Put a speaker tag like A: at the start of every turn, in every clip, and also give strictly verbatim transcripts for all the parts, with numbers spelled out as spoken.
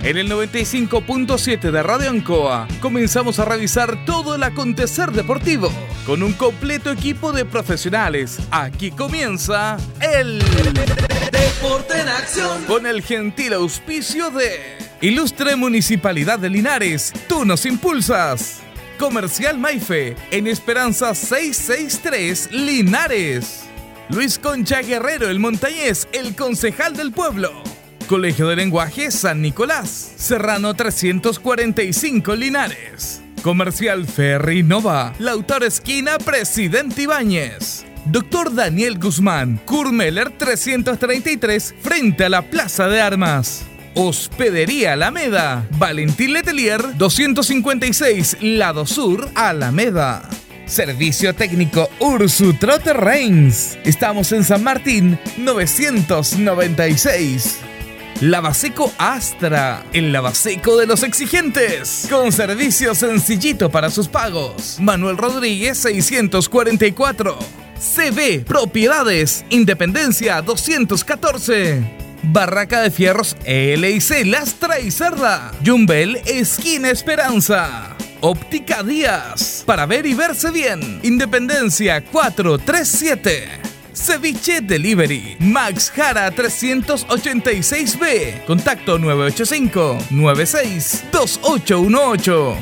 A: En el noventa y cinco punto siete de Radio Ancoa comenzamos a revisar todo el acontecer deportivo con un completo equipo de profesionales. Aquí comienza el
B: Deporte en Acción,
A: con el gentil auspicio de Ilustre Municipalidad de Linares. Tú nos impulsas. Comercial Maife en Esperanza seiscientos sesenta y tres Linares. Luis Concha Guerrero, el montañés, el concejal del pueblo. Colegio de Lenguaje San Nicolás, Serrano trescientos cuarenta y cinco Linares. Comercial Ferry Nova, Lautaro Esquina, Presidente Ibáñez. Doctor Daniel Guzmán, Kurmeller trescientos treinta y tres, frente a la Plaza de Armas. Hospedería Alameda, Valentín Letelier doscientos cincuenta y seis, Lado Sur, Alameda. Servicio técnico Ursu Trotter Reigns. Estamos en San Martín novecientos noventa y seis. Lavaseco Astra, el lavaseco de los exigentes, con servicio sencillito para sus pagos. Manuel Rodríguez seiscientos cuarenta y cuatro. C B Propiedades, Independencia doscientos catorce. Barraca de Fierros L I C Lastra y Cerda. Yumbel, esquina Esperanza. Óptica Díaz, para ver y verse bien. Independencia cuatrocientos treinta y siete. Ceviche Delivery, Max Jara trescientos ochenta y seis B. Contacto nueve ocho cinco, nueve seis, dos ocho uno ocho.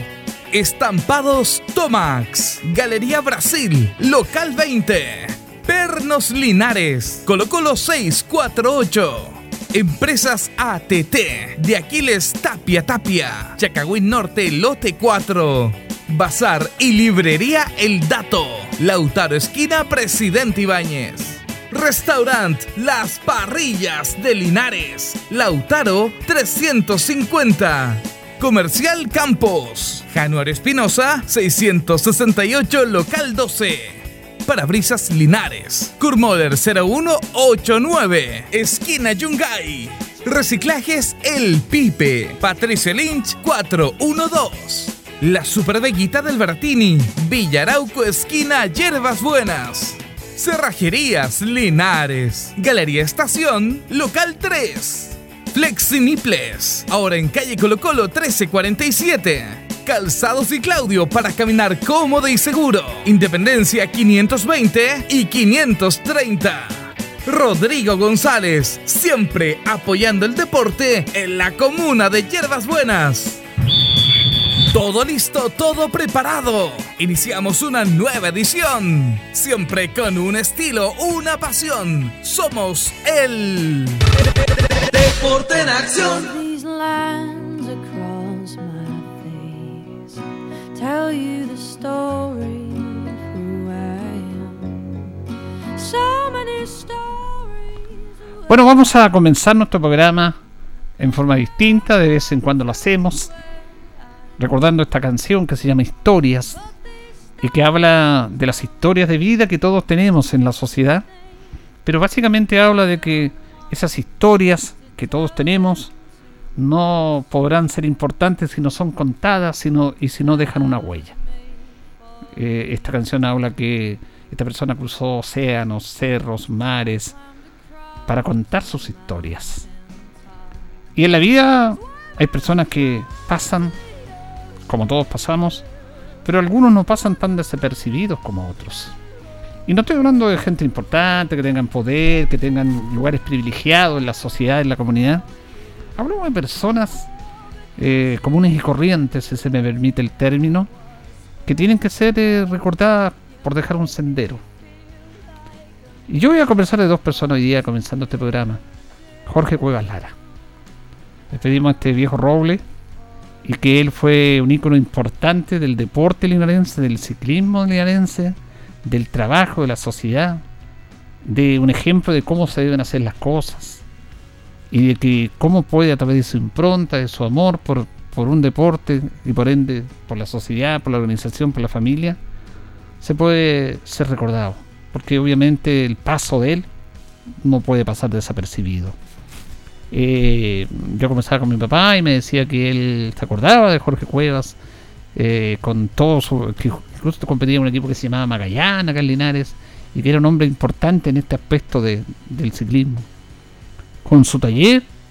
A: Estampados Tomax, Galería Brasil, Local veinte. Pernos Linares, Colo Colo seiscientos cuarenta y ocho. Empresas A T T, de Aquiles Tapia Tapia, Chacagüín Norte, Lote cuatro. Bazar y Librería El Dato, Lautaro Esquina, Presidente Ibáñez. Restaurant Las Parrillas de Linares, Lautaro trescientos cincuenta. Comercial Campos, Januario Espinosa seiscientos sesenta y ocho, Local doce. Parabrisas Linares, Kurmoller cero uno ochenta y nueve, esquina Yungay. Reciclajes El Pipe, Patricio Lynch cuatrocientos doce. La Superveguita del Bertini, Villarauco, esquina Yerbas Buenas. Cerrajerías Linares, Galería Estación, Local tres. Flexiniples, ahora en calle Colo Colo trece cuarenta y siete. Calzados y Claudio, para caminar cómodo y seguro. Independencia quinientos veinte y quinientos treinta. Rodrigo González, siempre apoyando el deporte en la comuna de Yerbas Buenas. Todo listo, todo preparado. Iniciamos una nueva edición. Siempre con un estilo, una pasión. Somos el
B: Deporte en Acción.
C: Tell you the story of who I am. So many stories.
D: Bueno, vamos a comenzar nuestro programa en forma distinta, de vez en cuando lo hacemos, recordando esta canción que se llama Historias y que habla de las historias de vida que todos tenemos en la sociedad, pero básicamente habla de que esas historias que todos tenemos no podrán ser importantes si no son contadas sino, y si no dejan una huella. Eh, esta canción habla que esta persona cruzó océanos, cerros, mares para contar sus historias. Y en la vida hay personas que pasan, como todos pasamos, pero algunos no pasan tan desapercibidos como otros. Y no estoy hablando de gente importante, que tengan poder, que tengan lugares privilegiados en la sociedad, en la comunidad. Hablamos de personas eh, comunes y corrientes, si se me permite el término, que tienen que ser eh, recordadas por dejar un sendero. Y yo voy a conversar de dos personas hoy día, comenzando este programa. Jorge Cuevas Lara. Le pedimos a este viejo roble, y que él fue un ícono importante del deporte linarense, del ciclismo linarense, del trabajo, de la sociedad, de un ejemplo de cómo se deben hacer las cosas. Y de que cómo puede, a través de su impronta, de su amor por, por un deporte y por ende por la sociedad, por la organización, por la familia, se puede ser recordado. Porque obviamente el paso de él no puede pasar desapercibido. Eh, yo conversaba con mi papá y me decía que él se acordaba de Jorge Cuevas, eh, con todo su... que incluso competía en un equipo que se llamaba Magallanes, acá en Linares, y que era un hombre importante en este aspecto de, del ciclismo. Con su taller,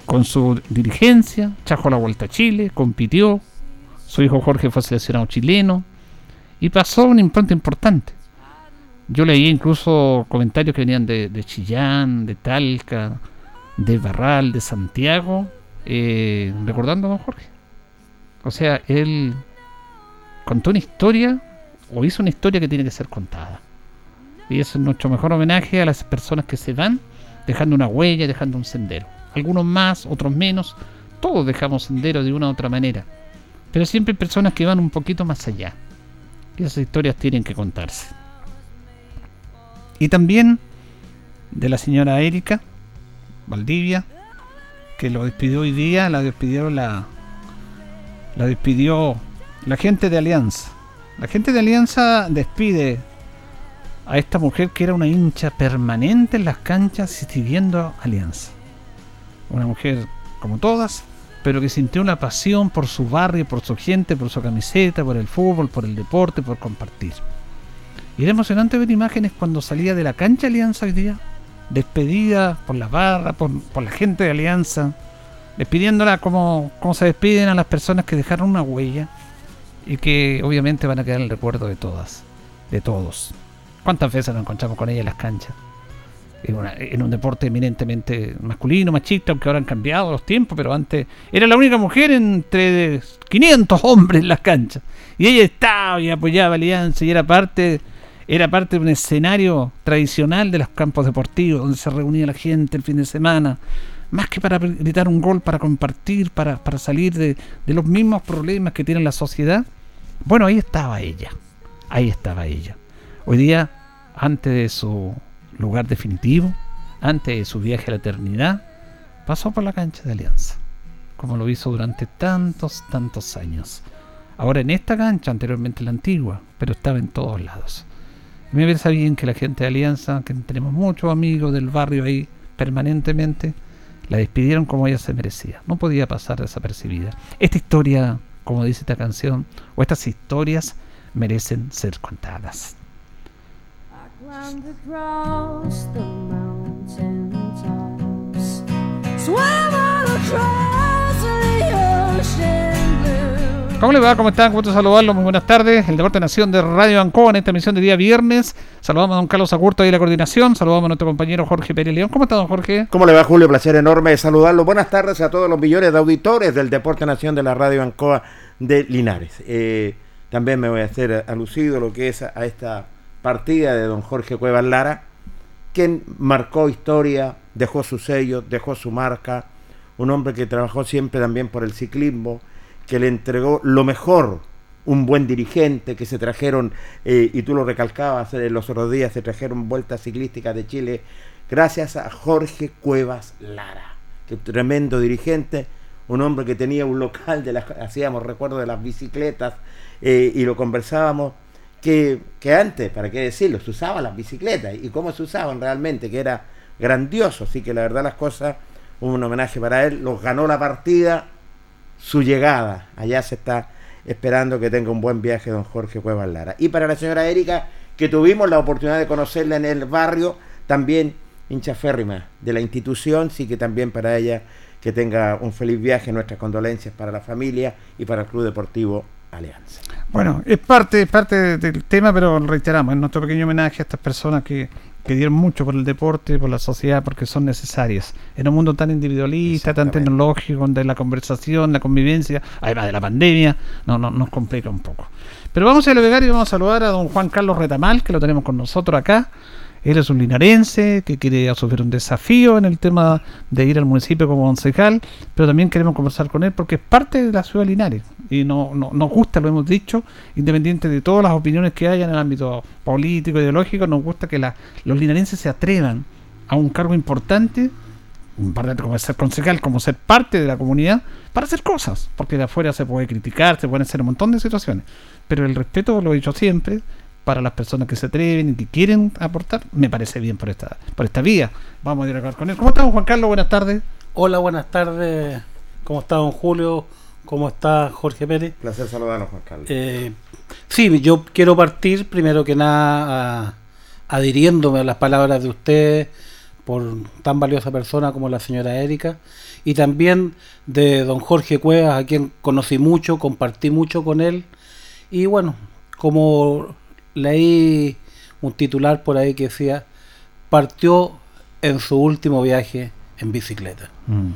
D: con su dirigencia, trajo la Vuelta a Chile, compitió, su hijo Jorge fue seleccionado chileno y pasó una impronta importante. Yo leí incluso comentarios que venían de, de Chillán, de Talca, de Barral, de Santiago, eh, recordando a don Jorge. O sea, él contó una historia, o hizo una historia que tiene que ser contada. Y eso es nuestro mejor homenaje a las personas que se van dejando una huella, dejando un sendero. Algunos más, otros menos, todos dejamos sendero de una u otra manera. Pero siempre hay personas que van un poquito más allá. Y esas historias tienen que contarse. Y también de la señora Erika Valdivia, que lo despidió hoy día, la despidió la, la despidió la gente de Alianza. La gente de Alianza despide a esta mujer que era una hincha permanente en las canchas siguiendo Alianza. Una mujer como todas, pero que sintió una pasión por su barrio, por su gente, por su camiseta, por el fútbol, por el deporte, por compartir. Y era emocionante ver imágenes cuando salía de la cancha Alianza hoy día, despedida por la barra, por, por la gente de Alianza, despidiéndola como, como se despiden a las personas que dejaron una huella y que obviamente van a quedar en el recuerdo de todas, de todos. ¿Cuántas veces nos encontramos con ella en las canchas? En, una, en un deporte eminentemente masculino, machista, aunque ahora han cambiado los tiempos, pero antes era la única mujer entre quinientos hombres en las canchas. Y ella estaba y apoyaba a Alianza y era parte, era parte de un escenario tradicional de los campos deportivos, donde se reunía la gente el fin de semana, más que para gritar un gol, para compartir, para, para salir de, de los mismos problemas que tiene la sociedad. Bueno, ahí estaba ella, ahí estaba ella. Hoy día, antes de su lugar definitivo, antes de su viaje a la eternidad, pasó por la cancha de Alianza, como lo hizo durante tantos, tantos años. Ahora en esta cancha, anteriormente la antigua, pero estaba en todos lados. Y me parece bien que la gente de Alianza, que tenemos muchos amigos del barrio ahí permanentemente, la despidieron como ella se merecía. No podía pasar desapercibida. Esta historia, como dice esta canción, o estas historias, merecen ser contadas.
C: Climbed across the mountain tops, swam all across the ocean blue.
D: ¿Cómo le va? ¿Cómo están? Gusto saludarlos, muy buenas tardes. El Deporte Nación de Radio Ancoa en esta emisión de día viernes. Saludamos a don Carlos Agurto y la coordinación. Saludamos a nuestro compañero Jorge Pérez León. ¿Cómo está, don Jorge?
E: ¿Cómo le va, Julio? Placer enorme de saludarlo. Buenas tardes a todos los millones de auditores del Deporte Nación de la Radio Ancoa de Linares. Eh, también me voy a hacer alusivo lo que es a, a esta partida de don Jorge Cuevas Lara, quien marcó historia, dejó su sello, dejó su marca, un hombre que trabajó siempre también por el ciclismo, que le entregó lo mejor, un buen dirigente, que se trajeron, eh, y tú lo recalcabas eh, los otros días, se trajeron vueltas ciclísticas de Chile, gracias a Jorge Cuevas Lara, que tremendo dirigente, un hombre que tenía un local, de las, hacíamos recuerdo de las bicicletas, eh, y lo conversábamos, Que, que antes, para qué decirlo, se usaban las bicicletas y cómo se usaban realmente, que era grandioso. Así que la verdad las cosas, un homenaje para él, los ganó la partida, su llegada. Allá se está esperando que tenga un buen viaje don Jorge Cuevas Lara. Y para la señora Erika, que tuvimos la oportunidad de conocerla en el barrio, también hincha férrima de la institución, sí que también para ella que tenga un feliz viaje, nuestras condolencias para la familia y para el Club Deportivo Alianza.
D: Bueno, es parte, parte del tema, pero reiteramos, en nuestro pequeño homenaje a estas personas que, que dieron mucho por el deporte, por la sociedad, porque son necesarias. En un mundo tan individualista, tan tecnológico, donde la conversación, la convivencia, además de la pandemia, no, no, nos complica un poco. Pero vamos a navegar y vamos a saludar a don Juan Carlos Retamal, que lo tenemos con nosotros acá. Él es un linarense que quiere asumir un desafío en el tema de ir al municipio como concejal, pero también queremos conversar con él porque es parte de la ciudad de Linares y no, no, nos gusta, lo hemos dicho, independiente de todas las opiniones que haya en el ámbito político, ideológico, nos gusta que la, los linarenses se atrevan a un cargo importante, importante como ser concejal, como ser parte de la comunidad, para hacer cosas, porque de afuera se puede criticar, se pueden hacer un montón de situaciones, pero el respeto, lo he dicho siempre, para las personas que se atreven y que quieren aportar, me parece bien por esta por esta vía. Vamos a ir a hablar con él. ¿Cómo estamos, Juan Carlos? Buenas tardes.
F: Hola, buenas tardes. ¿Cómo está don Julio? ¿Cómo está Jorge Pérez?
E: Placer saludarnos, Juan Carlos.
F: Eh, sí, yo quiero partir primero que nada a, adhiriéndome a las palabras de usted por tan valiosa persona como la señora Erika, y también de don Jorge Cuevas, a quien conocí mucho, compartí mucho con él, y bueno, como leí un titular por ahí que decía, partió en su último viaje en bicicleta. Mm.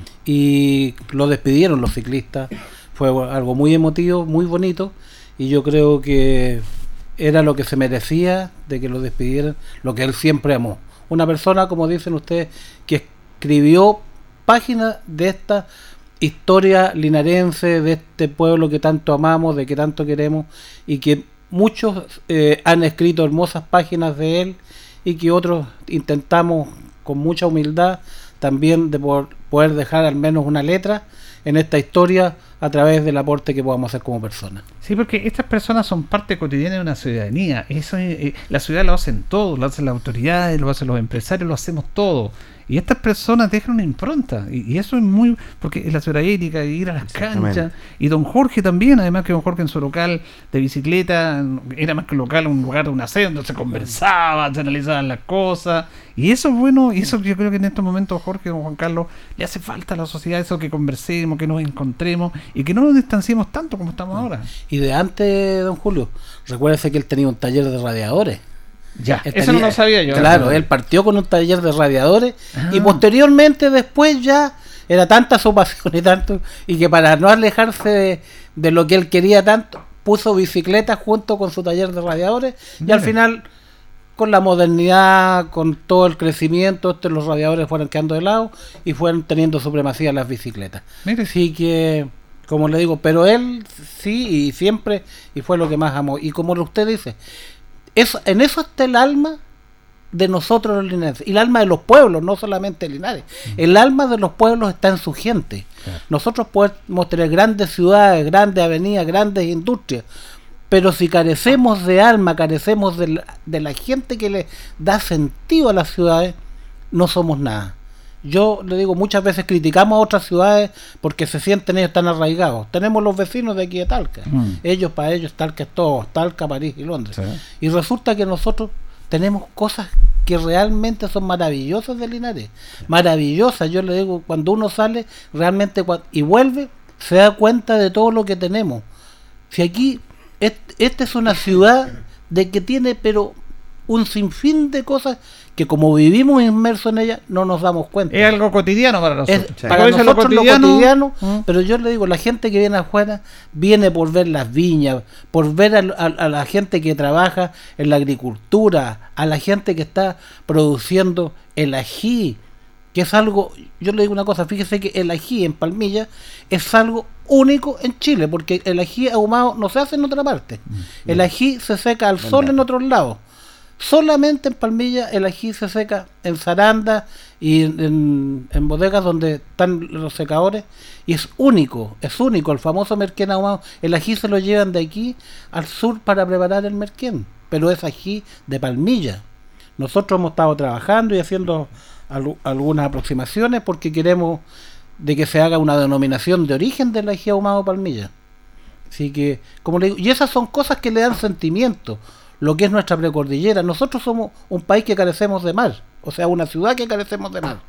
F: Y lo despidieron los ciclistas, fue algo muy emotivo, muy bonito, y yo creo que era lo que se merecía de que lo despidieran, lo que él siempre amó. Una persona, como dicen ustedes, que escribió páginas de esta historia linarense, de este pueblo que tanto amamos, de que tanto queremos, y que muchos eh, han escrito hermosas páginas de él, y que otros intentamos con mucha humildad también de por, poder dejar al menos una letra en esta historia a través del aporte que podamos hacer como personas.
D: Sí, porque estas personas son parte cotidiana de una ciudadanía. Eso es, eh, la ciudad lo hacen todos, lo hacen las autoridades, lo hacen los empresarios, lo hacemos todos. Y estas personas dejan una impronta, y, y eso es muy, porque es la ciudad ética, ir a las canchas, y don Jorge también, además que don Jorge en su local de bicicleta, era más que un local, un lugar de un aseo donde se conversaba, se analizaban las cosas, y eso es bueno, y eso yo creo que en estos momentos Jorge, don Juan Carlos, le hace falta a la sociedad, eso que conversemos, que nos encontremos, y que no nos distanciemos tanto como estamos ahora.
F: Y de antes, don Julio, recuérdese que él tenía un taller de radiadores.
D: Ya, él eso tenía, no lo sabía yo.
F: Claro, él partió con un taller de radiadores ah. y posteriormente después ya era tanta su pasión y tanto, y que para no alejarse de, de lo que él quería tanto, puso bicicletas junto con su taller de radiadores. Mira. Y al final, con la modernidad, con todo el crecimiento, este, los radiadores fueron quedando de lado y fueron teniendo supremacía las bicicletas. Mire. Así que, como le digo, pero él sí y siempre, y fue lo que más amó. Y como usted dice, eso, en eso está el alma de nosotros los linarenses, y el alma de los pueblos, no solamente Linares. El alma de los pueblos está en su gente. Claro. Nosotros podemos tener grandes ciudades, grandes avenidas, grandes industrias, pero si carecemos de alma, carecemos de la, de la gente que le da sentido a las ciudades, no somos nada. Yo le digo, muchas veces criticamos a otras ciudades porque se sienten ellos tan arraigados. Tenemos los vecinos de aquí de Talca. Mm. Ellos, para ellos, Talca es todo. Talca, París y Londres. Sí. Y resulta que nosotros tenemos cosas que realmente son maravillosas de Linares. Maravillosas. Yo le digo, cuando uno sale realmente y vuelve, se da cuenta de todo lo que tenemos. Si aquí, este, esta es una ciudad de que tiene, pero un sinfín de cosas que como vivimos inmersos en ella no nos damos cuenta.
D: Es algo cotidiano para nosotros.
F: Es, para nosotros lo cotidiano, lo cotidiano ¿Mm? Pero yo le digo, la gente que viene afuera viene por ver las viñas, por ver a, a, a la gente que trabaja en la agricultura, a la gente que está produciendo el ají, que es algo, yo le digo una cosa, fíjese que el ají en Palmilla es algo único en Chile, porque el ají ahumado no se hace en otra parte. Mm. El ají se seca al sol en otros lados. Solamente en Palmilla el ají se seca en Saranda y en, en, en bodegas donde están los secadores, y es único, es único el famoso merquén ahumado. El ají se lo llevan de aquí al sur para preparar el merquén, pero es ají de Palmilla. Nosotros hemos estado trabajando y haciendo al, algunas aproximaciones porque queremos de que se haga una denominación de origen del ají ahumado Palmilla. Así que, como le digo, y esas son cosas que le dan sentimiento. Lo que es nuestra precordillera. Nosotros somos un país que carecemos de mar, o sea, una ciudad que carecemos de mar.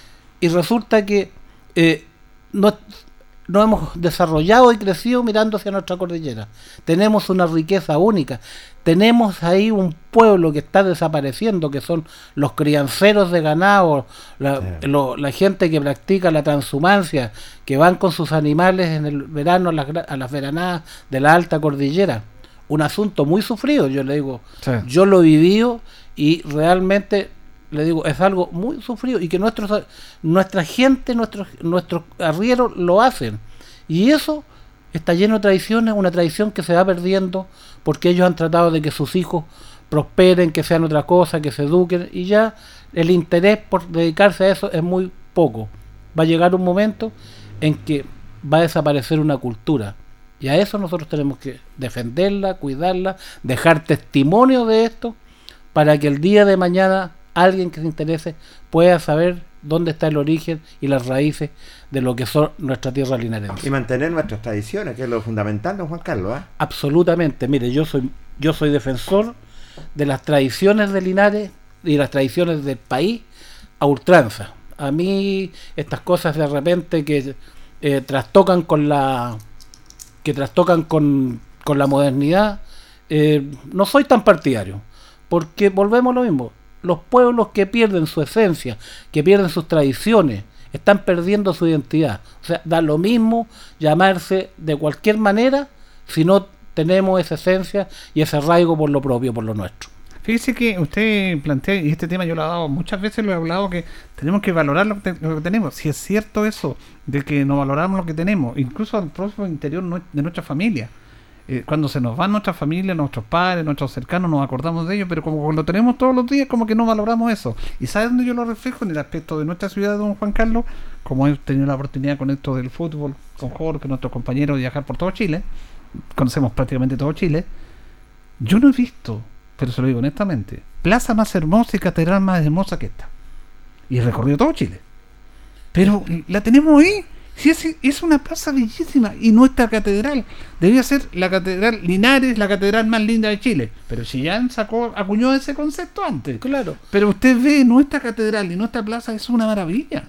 F: Y resulta que eh, no, no hemos desarrollado y crecido mirando hacia nuestra cordillera. Tenemos una riqueza única. Tenemos ahí un pueblo que está desapareciendo, que son los crianceros de ganado, la, sí. lo, la gente que practica la transhumancia, que van con sus animales en el verano a las, a las veranadas de la alta cordillera. Un asunto muy sufrido, yo le digo, sí. Yo lo he vivido y realmente le digo, es algo muy sufrido y que nuestros, nuestra gente, nuestros, nuestros arrieros lo hacen, y eso está lleno de tradiciones, una tradición que se va perdiendo porque ellos han tratado de que sus hijos prosperen, que sean otra cosa, que se eduquen, y ya el interés por dedicarse a eso es muy poco. Va a llegar un momento en que va a desaparecer una cultura. Y a eso nosotros tenemos que defenderla, cuidarla, dejar testimonio de esto, para que el día de mañana alguien que se interese pueda saber dónde está el origen y las raíces de lo que son nuestra tierra linarense.
E: Y mantener nuestras tradiciones, que es lo fundamental, don Juan Carlos. ¿eh?
F: Absolutamente. Mire, yo soy, yo soy defensor de las tradiciones de Linares y las tradiciones del país, a ultranza. A mí estas cosas de repente que eh, trastocan con la que trastocan con, con la modernidad, eh, no soy tan partidario, porque volvemos a lo mismo. Los pueblos que pierden su esencia, que pierden sus tradiciones, están perdiendo su identidad. O sea, da lo mismo llamarse de cualquier manera si no tenemos esa esencia y ese arraigo por lo propio, por lo nuestro.
D: Fíjese que usted plantea, y este tema yo lo he dado muchas veces, lo he hablado, que tenemos que valorar lo que, te, lo que tenemos. Si es cierto eso, de que no valoramos lo que tenemos, incluso al propio interior de nuestra familia. Eh, cuando se nos van nuestras familias, nuestros padres, nuestros cercanos, nos acordamos de ellos, pero como lo tenemos todos los días, como que no valoramos eso. ¿Y sabe dónde yo lo reflejo? En el aspecto de nuestra ciudad, don Juan Carlos, como he tenido la oportunidad con esto del fútbol, con Jorge, nuestros compañeros, de viajar por todo Chile, conocemos prácticamente todo Chile. Yo no he visto, pero se lo digo honestamente, plaza más hermosa y catedral más hermosa que esta. Y he recorrido todo Chile. Pero la tenemos ahí. Sí, es, es una plaza bellísima. Y nuestra catedral debía ser la catedral Linares, la catedral más linda de Chile. Pero Chillán sacó, acuñó ese concepto antes.
F: Claro.
D: Pero usted ve, nuestra catedral y nuestra plaza es una maravilla.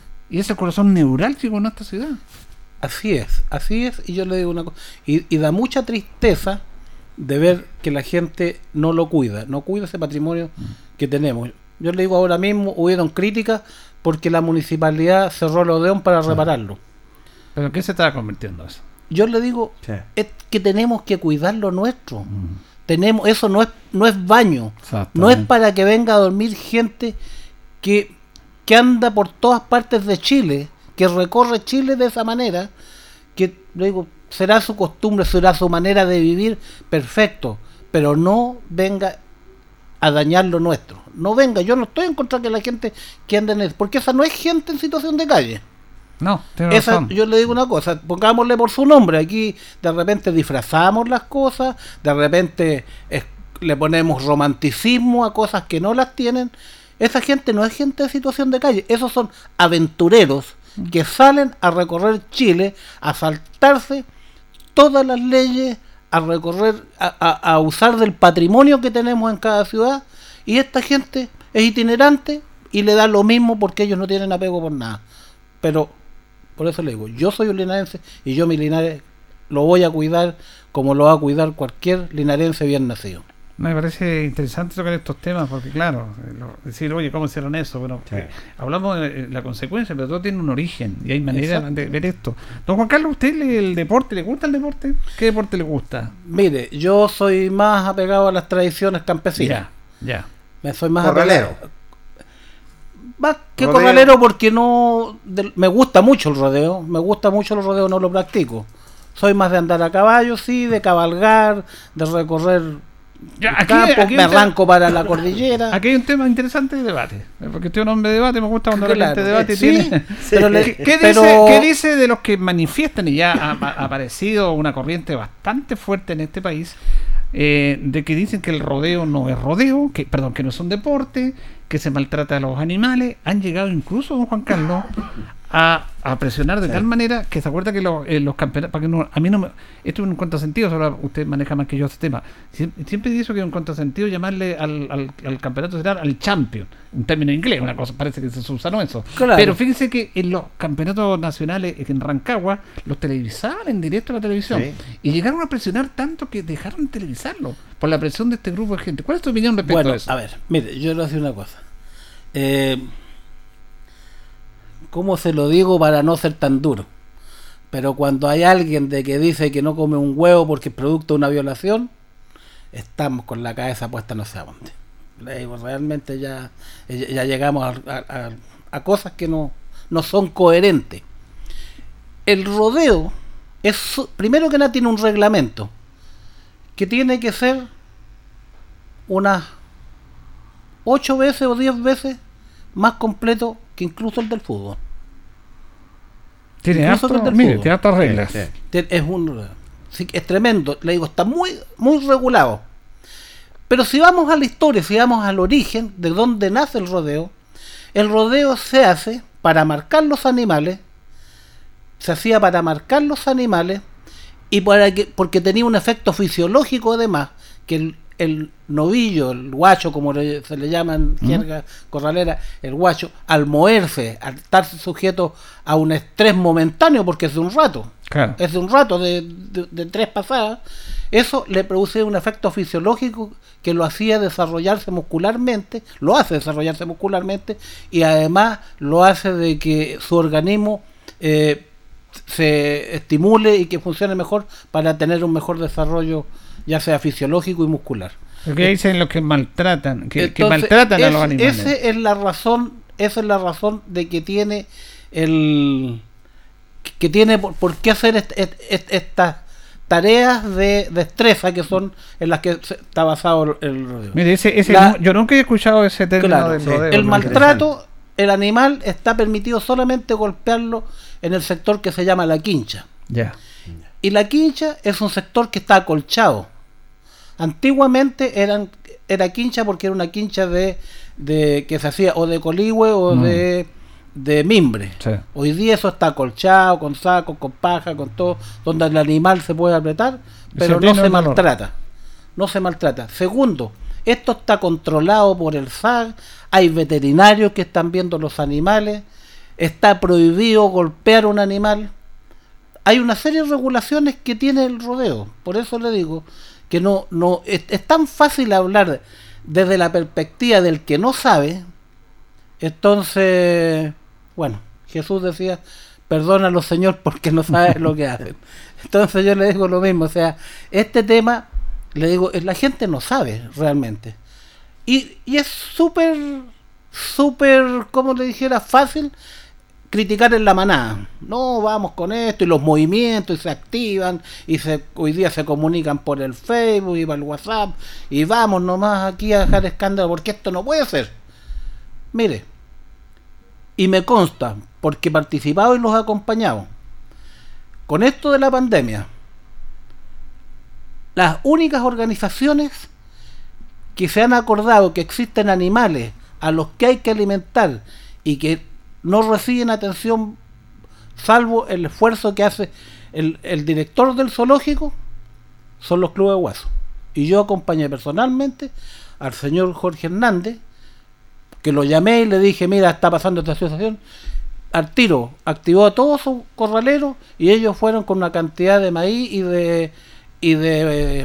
D: Y es el corazón neurálgico de nuestra ciudad.
F: Así es, así es. Y yo le digo una cosa. Y, y da mucha tristeza de ver que la gente no lo cuida, no cuida ese patrimonio que tenemos. Yo le digo ahora mismo, hubieron críticas porque la municipalidad cerró el Odeón para repararlo.
D: ¿Pero en qué se está convirtiendo eso?
F: Yo le digo sí. es que tenemos que cuidar lo nuestro. Mm. Tenemos, eso no es, no es baño, no es para que venga a dormir gente que, que anda por todas partes de Chile, que recorre Chile de esa manera, que le digo, será su costumbre, será su manera de vivir, perfecto, pero no venga a dañar lo nuestro. No venga, yo no estoy en contra de que la gente que anda en eso, porque esa no es gente en situación de calle.
D: No, tiene
F: esa,
D: razón.
F: Yo le digo una cosa, pongámosle por su nombre. Aquí de repente disfrazamos las cosas, de repente es, le ponemos romanticismo a cosas que no las tienen. Esa gente no es gente en situación de calle, esos son aventureros que salen a recorrer Chile, a saltarse todas las leyes, a recorrer, a, a, a usar del patrimonio que tenemos en cada ciudad, y esta gente es itinerante y le da lo mismo porque ellos no tienen apego por nada. Pero por eso le digo, yo soy un linarense y yo mi Linares lo voy a cuidar como lo va a cuidar cualquier linarense bien nacido.
D: Me parece interesante tocar estos temas porque, claro, lo, decir, oye, ¿cómo hicieron eso? Bueno, sí. eh, hablamos de la consecuencia, pero todo tiene un origen y hay manera Exacto. de ver esto. Don Juan Carlos, ¿usted le, el deporte, le gusta el deporte? ¿Qué deporte le gusta?
F: Mire, yo soy más apegado a las tradiciones campesinas.
D: Ya, ya.
F: Me soy más
E: corralero.
F: apegado. Más que rodeo. Corralero porque no... De, me gusta mucho el rodeo, me gusta mucho el rodeo, no lo practico. Soy más de andar a caballo, sí, de cabalgar, de recorrer... Ya, aquí, campo, aquí me arranco tema, para la cordillera.
D: Aquí hay un tema interesante de debate, porque estoy un hombre de debate, me gusta cuando
F: claro,
D: la gente debate.
F: Sí,
D: tiene...
F: sí, pero le,
D: ¿Qué,
F: pero...
D: dice, ¿Qué dice de los que manifiestan, y ya ha, ha aparecido una corriente bastante fuerte en este país, eh, de que dicen que el rodeo no es rodeo, que perdón, que no es un deporte, que se maltrata a los animales? Han llegado incluso, don Juan Carlos, a, a presionar de sí. tal manera que se acuerda que los, eh, los campeonatos, para que no, a mí no me, esto es un contrasentido, solo usted maneja más que yo este tema. Siempre, siempre dice que es un contrasentido llamarle al, al, al campeonato general al champion, un término inglés, una cosa, parece que se usa no eso. Claro. Pero fíjense que en los campeonatos nacionales en Rancagua los televisaban en directo a la televisión sí. y llegaron a presionar tanto que dejaron de televisarlo por la presión de este grupo de gente. ¿Cuál es tu opinión respecto
F: bueno,
D: a eso?
F: A ver, mire, yo le voy a decir una cosa. Eh, ¿Cómo se lo digo para no ser tan duro? Pero cuando hay alguien de que dice que no come un huevo porque es producto de una violación, estamos con la cabeza puesta no sé a dónde. Le digo, realmente ya, ya llegamos a, a, a cosas que no, no son coherentes. El rodeo es, primero que nada, tiene un reglamento que tiene que ser unas ocho veces o diez veces más completo que incluso el del fútbol.
D: Tiene harto, mire, tiene hartas reglas.
F: Sí, sí. Es un, sí, es tremendo. Le digo, está muy, muy regulado. Pero si vamos a la historia, si vamos al origen de dónde nace el rodeo, el rodeo se hace para marcar los animales, se hacía para marcar los animales y para que, porque tenía un efecto fisiológico además, que el, el novillo, el guacho, como le, se le llama en jerga corralera, el guacho, al moverse, al estar sujeto a un estrés momentáneo, porque es de un rato,
D: Claro.
F: es de un rato, de, de, de tres pasadas, eso le produce un efecto fisiológico que lo hacía desarrollarse muscularmente, lo hace desarrollarse muscularmente, y además lo hace de que su organismo eh, se estimule y que funcione mejor para tener un mejor desarrollo, ya sea fisiológico y muscular.
D: Lo que dicen los que maltratan, que, que
F: Entonces,
D: maltratan a
F: es-
D: los animales.
F: Esa es la razón, esa es la razón de que tiene el que tiene por, por qué hacer est- est- est- estas tareas de destreza que son en las que se- está basado el, el rodeo.
D: Mire, ese, ese
F: La-
D: no- yo nunca he escuchado ese término
F: Claro,
D: del
E: sí.
D: rodeo.
F: el
D: muy
F: maltrato, el animal está permitido solamente golpearlo en el sector que se llama la quincha.
D: interesante.
F: Y la quincha es un sector que está acolchado. Antiguamente eran, era quincha porque era una quincha de, de que se hacía o de coligüe o
D: Mm.
F: de, de mimbre.
D: Sí.
F: Hoy día eso está acolchado, con saco, con paja, con todo, donde el animal se puede apretar,
D: Y
F: pero
D: se
F: no
D: tiene
F: se
D: el dolor.
F: maltrata. No se maltrata. Segundo, esto está controlado por el S A C, hay veterinarios que están viendo los animales, está prohibido golpear un animal. Hay una serie de regulaciones que tiene el rodeo. Por eso le digo que no, no es, es tan fácil hablar desde la perspectiva del que no sabe. Entonces, bueno, Jesús decía, perdónalo, Señor, porque no sabes lo que hacen. Entonces yo le digo lo mismo, o sea, este tema, le digo, la gente no sabe realmente. Y, y es súper, súper, como le dijera, fácil criticar en la manada. No, vamos con esto, y los movimientos, y se activan, y se hoy día se comunican por el Facebook y por el WhatsApp, y vamos nomás aquí a dejar escándalo, porque esto no puede ser. Mire, y me consta, porque he participado y los he acompañado, con esto de la pandemia, las únicas organizaciones que se han acordado que existen animales a los que hay que alimentar y que no reciben atención salvo el esfuerzo que hace el, el director del zoológico, son los clubes de Guaso. Y yo acompañé personalmente al señor Jorge Hernández, que lo llamé y le dije, mira, está pasando esta situación. Al tiro activó a todos sus corraleros y ellos fueron con una cantidad de maíz y de y de,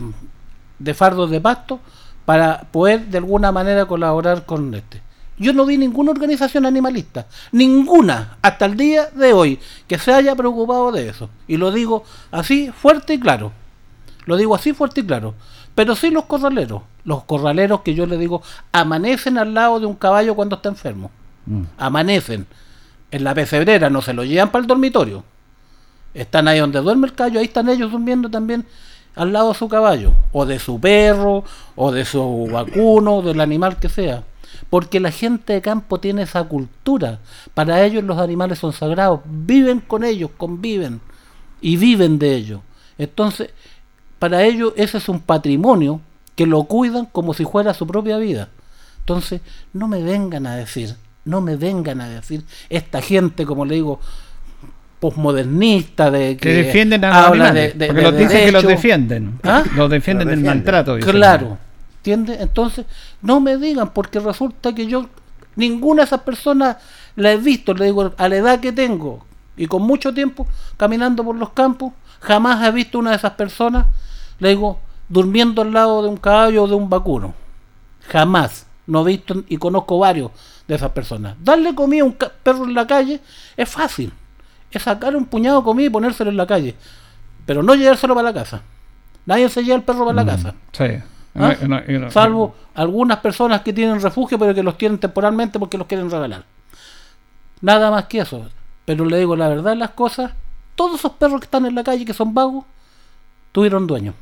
F: de fardos de pasto para poder de alguna manera colaborar con este. Yo no vi ninguna organización animalista, ninguna, hasta el día de hoy, que se haya preocupado de eso. Y lo digo así fuerte y claro. Lo digo así fuerte y claro. Pero sí los corraleros. Los corraleros que yo le digo, amanecen al lado de un caballo cuando está enfermo.
D: Mm.
F: Amanecen. En la pesebrera, no se lo llevan para el dormitorio. Están ahí donde duerme el caballo, ahí están ellos durmiendo también al lado de su caballo. O de su perro, o de su vacuno, del animal que sea. Porque la gente de campo tiene esa cultura. Para ellos los animales son sagrados. Viven con ellos, conviven. Y viven de ellos. Entonces, para ellos ese es un patrimonio que lo cuidan como si fuera su propia vida. Entonces, no me vengan a decir, no me vengan a decir esta gente, como le digo, posmodernista, de que,
D: Que defienden a los
F: habla
D: animales,
F: de, de,
D: porque
F: de
D: los dicen que los
F: derechos.
D: defienden.
F: ¿Ah?
D: Los defienden
E: Los
D: del
E: defienden.
D: maltrato. dicen.
F: Claro, ¿entiendes? Entonces, no me digan, porque resulta que yo, ninguna de esas personas la he visto, le digo, a la edad que tengo, y con mucho tiempo caminando por los campos, jamás he visto una de esas personas, le digo, durmiendo al lado de un caballo o de un vacuno. Jamás. No he visto, y conozco varios de esas personas. Darle comida a un ca- perro en la calle es fácil. Es sacar un puñado de comida y ponérselo en la calle. Pero no llevárselo para la casa. Nadie se lleva el perro para la casa.
D: Sí.
F: ¿Ah?
D: No, no, no,
F: Salvo algunas personas que tienen refugio, pero que los tienen temporalmente porque los quieren regalar. Nada más que eso. Pero le digo la verdad, las cosas, todos esos perros que están en la calle, que son vagos, tuvieron dueño.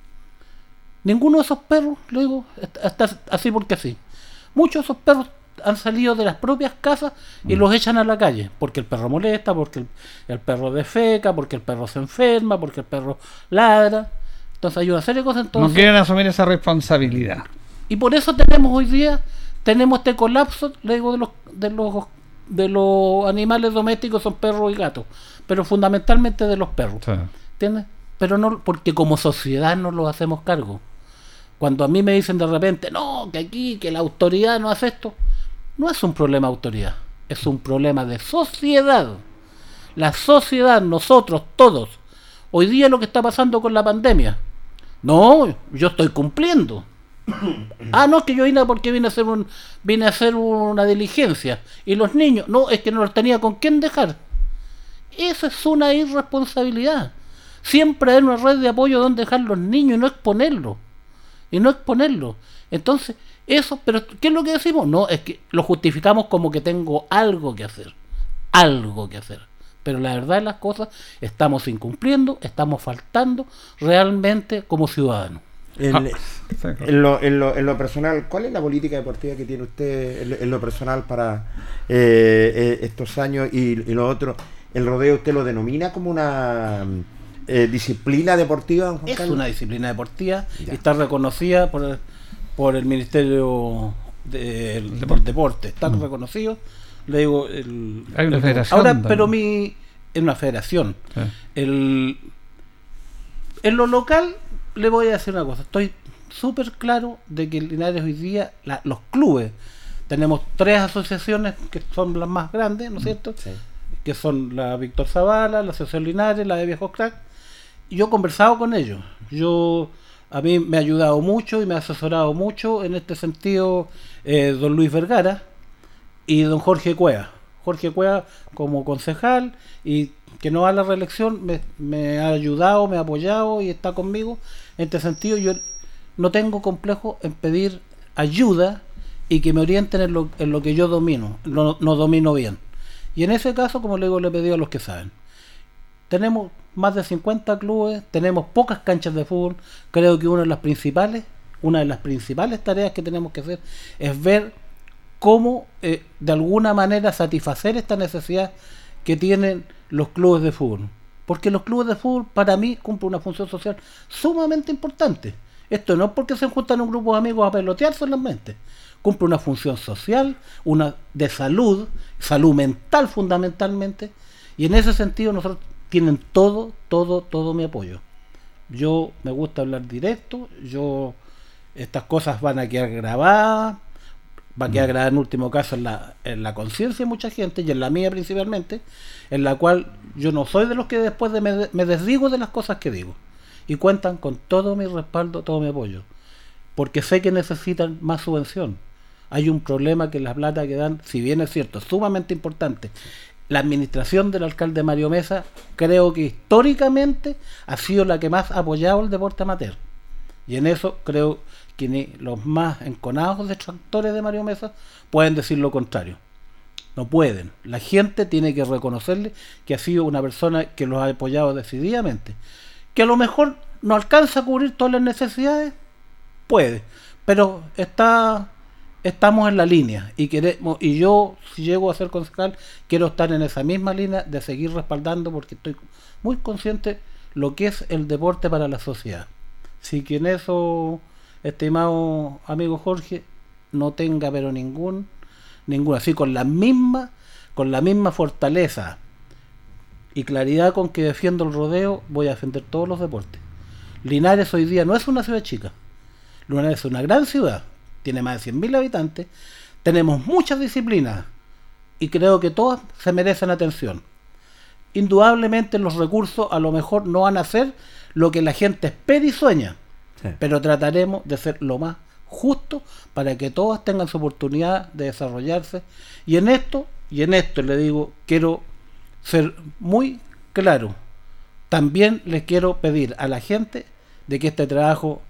F: Ninguno de esos perros, le digo, está así porque así. Muchos de esos perros han salido de las propias casas y mm. los echan a la calle, porque el perro molesta, porque el, el perro defeca, porque el perro se enferma, porque el perro ladra. Entonces hay una serie de cosas. Entonces,
D: no quieren asumir esa responsabilidad.
F: Y por eso tenemos hoy día, tenemos este colapso, le digo, de los de los de los animales domésticos, son perros y gatos, pero fundamentalmente de los perros.
D: Sí.
F: ¿Entiendes? Pero no, porque como sociedad no los hacemos cargo. Cuando a mí me dicen de repente, no, que aquí, que la autoridad no hace esto, no es un problema de autoridad, es un problema de sociedad. La sociedad, nosotros, todos. Hoy día lo que está pasando con la pandemia. No, yo estoy cumpliendo. Ah, no, es que yo vine porque vine a hacer un, vine a hacer una diligencia. Y los niños, no, es que no los tenía con quién dejar. Eso es una irresponsabilidad. Siempre hay una red de apoyo donde dejar los niños y no exponerlos. Y no exponerlos. Entonces, eso, pero ¿qué es lo que decimos? No, es que lo justificamos como que tengo algo que hacer. Algo que hacer. Pero la verdad de las cosas, estamos incumpliendo, estamos faltando realmente como ciudadanos.
E: En,
D: Ah,
E: en, lo, en, lo, en lo personal, ¿cuál es la política deportiva que tiene usted en lo, en lo personal para eh, eh, estos años y, y lo otro? ¿El rodeo usted lo denomina como una eh, disciplina deportiva, don Juan
F: Es
E: Carlos?
F: una disciplina deportiva
E: Ya.
F: y está reconocida por el, por el Ministerio de- del del Deporte. Está
D: Mm.
F: reconocido. Le digo, el,
D: Hay una
F: el-
D: federación
F: Ahora,
D: también.
F: pero mi es una federación.
D: Sí.
F: El, en lo local le voy a decir una cosa. Estoy súper claro de que en Linares hoy día la- los clubes, tenemos tres asociaciones que son las más grandes, ¿no es cierto?
E: Sí.
F: Que son la Víctor Zavala, la Asociación Linares, la de Viejos Crack. Y yo he conversado con ellos. Yo a mí me ha ayudado mucho y me ha asesorado mucho en este sentido eh, don Luis Vergara y don Jorge Cueva. Jorge Cueva como concejal y que no va a la reelección me, me ha ayudado, me ha apoyado y está conmigo. En este sentido yo no tengo complejo en pedir ayuda y que me orienten en lo, en lo que yo domino, no, no domino bien. Y en ese caso, como le digo, le he pedido a los que saben. Tenemos más de cincuenta clubes, tenemos pocas canchas de fútbol. Creo que una de las principales, una de las principales tareas que tenemos que hacer es ver cómo eh, de alguna manera satisfacer esta necesidad que tienen los clubes de fútbol. Porque los clubes de fútbol para mí cumplen una función social sumamente importante. Esto no es porque se juntan un grupo de amigos a pelotear solamente. Cumple una función social, una de salud, salud mental fundamentalmente, y en ese sentido nosotros tienen todo, todo, todo mi apoyo. Yo me gusta hablar directo, yo estas cosas van a quedar grabadas, va a quedar grabada en último caso en la, en la conciencia de mucha gente y en la mía principalmente, en la cual yo no soy de los que después de me, me desdigo de las cosas que digo, y cuentan con todo mi respaldo, todo mi apoyo, porque sé que necesitan más subvención. Hay un problema que la plata que dan, si bien es cierto, es sumamente importante. La administración del alcalde Mario Mesa creo que históricamente ha sido la que más ha apoyado el deporte amateur. Y en eso creo que ni los más enconados detractores de Mario Mesa pueden decir lo contrario. No pueden. La gente tiene que reconocerle que ha sido una persona que los ha apoyado decididamente. Que a lo mejor no alcanza a cubrir todas las necesidades, puede, pero está... estamos en la línea y queremos, y yo si llego a ser concejal quiero estar en esa misma línea de seguir respaldando porque estoy muy consciente lo que es el deporte para la sociedad. Si que en eso, estimado amigo Jorge, no tenga pero ningún ningún así con la misma con la misma fortaleza y claridad con que defiendo el rodeo, voy a defender todos los deportes. Linares hoy día no es una ciudad chica. Linares es una gran ciudad. Tiene más de cien mil habitantes, tenemos muchas disciplinas y creo que todas se merecen atención. Indudablemente los recursos a lo mejor no van a ser lo que la gente espera y sueña,
E: Sí.
F: pero trataremos de ser lo más justo para que todas tengan su oportunidad de desarrollarse. Y en esto, y en esto le digo, quiero ser muy claro. También les quiero pedir a la gente de que este trabajo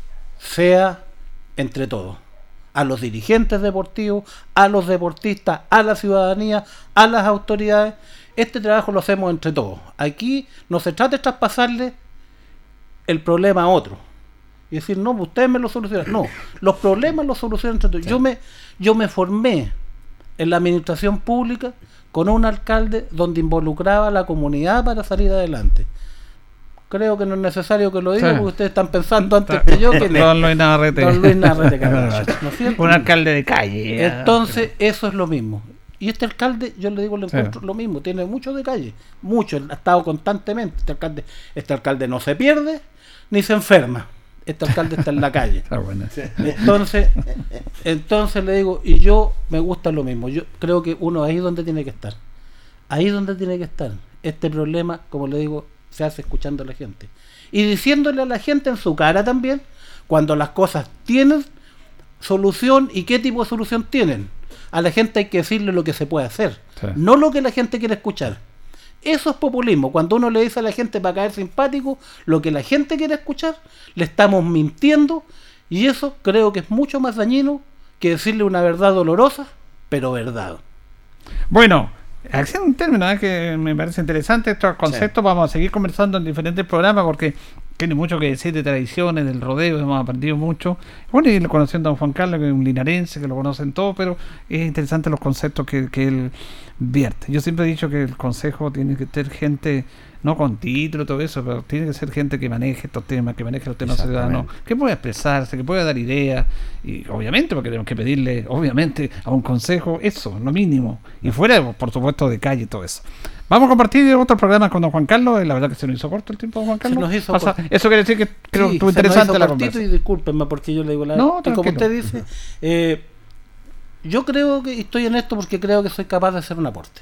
F: sea entre todos. A los dirigentes deportivos, a los deportistas, a la ciudadanía, a las autoridades. Este trabajo lo hacemos entre todos. Aquí no se trata de traspasarle el problema a otro y decir, no, ustedes me lo solucionan. No, los problemas los solucionan entre todos. Yo me, yo me formé en la administración pública con un alcalde donde involucraba a la comunidad para salir adelante. Creo que no es necesario que lo diga,
D: Sí.
F: porque ustedes están pensando antes que yo que
D: Don Luis Navarrete.
F: Don Luis Navarrete Camacho, ¿no es cierto?
D: Un alcalde de calle.
F: Entonces, eso es lo mismo. Y este alcalde, yo le digo, le
D: Sí.
F: encuentro lo mismo, tiene mucho de calle, mucho, ha estado constantemente. Este alcalde, este alcalde no se pierde ni se enferma. este alcalde está en la calle.
D: Está buena.
F: Entonces, entonces le digo, y yo me gusta lo mismo. Yo creo que uno ahí es donde tiene que estar. Ahí es donde tiene que estar. Este problema, como le digo, se hace escuchando a la gente. Y diciéndole a la gente en su cara también, cuando las cosas tienen solución y qué tipo de solución tienen. A la gente hay que decirle lo que se puede hacer, sí. No lo que la gente quiere escuchar. Eso es populismo. Cuando uno le dice a la gente para caer simpático lo que la gente quiere escuchar, le estamos mintiendo, y eso creo que es mucho más dañino que decirle una verdad dolorosa, pero verdad.
D: Bueno, haciendo un término ¿eh? que me parece interesante estos conceptos, sí. Vamos a seguir conversando en diferentes programas porque tiene mucho que decir de tradiciones, del rodeo, hemos aprendido mucho. Bueno, y conociendo a don Juan Carlos, que es un linarense, que lo conocen todos, pero es interesante los conceptos que, que él vierte. Yo siempre he dicho que el consejo tiene que ser gente, no con título, todo eso, pero tiene que ser gente que maneje estos temas, que maneje los temas ciudadanos, que pueda expresarse, que pueda dar ideas, y obviamente, porque tenemos que pedirle, obviamente, a un consejo, eso, lo mínimo, y fuera, por supuesto, de calle y todo eso. Vamos a compartir otros programas con don Juan Carlos. La verdad que se nos hizo corto el tiempo, don Juan Carlos.
F: Se nos hizo
D: o sea,
F: corto.
D: Eso quiere decir que creo que
F: sí,
D: estuvo interesante la conversación.
F: Y discúlpenme porque yo le digo la
D: no,
F: y como usted dice, eh, yo creo que estoy en esto porque creo que soy capaz de hacer un aporte.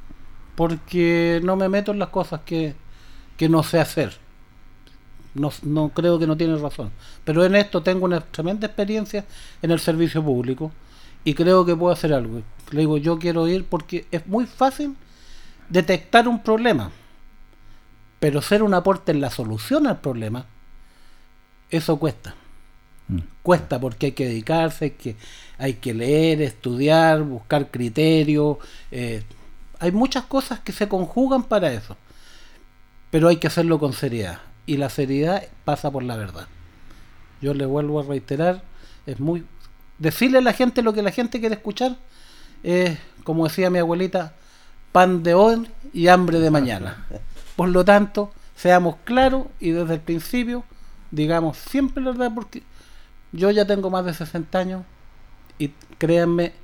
F: Porque no me meto en las cosas que, que no sé hacer. No, no creo que no tiene razón. Pero en esto tengo una tremenda experiencia en el servicio público y creo que puedo hacer algo. Le digo, yo quiero ir porque es muy fácil detectar un problema, pero ser un aporte en la solución al problema, eso cuesta. Mm. Cuesta porque hay que dedicarse, hay que, hay que leer, estudiar, buscar criterios. Eh, hay muchas cosas que se conjugan para eso, pero hay que hacerlo con seriedad. Y la seriedad pasa por la verdad. Yo le vuelvo a reiterar, es muy... Decirle a la gente lo que la gente quiere escuchar es, como decía mi abuelita, pan de hoy y hambre de mañana. Por lo tanto, seamos claros y desde el principio digamos siempre la verdad, porque yo ya tengo más de sesenta años y créanme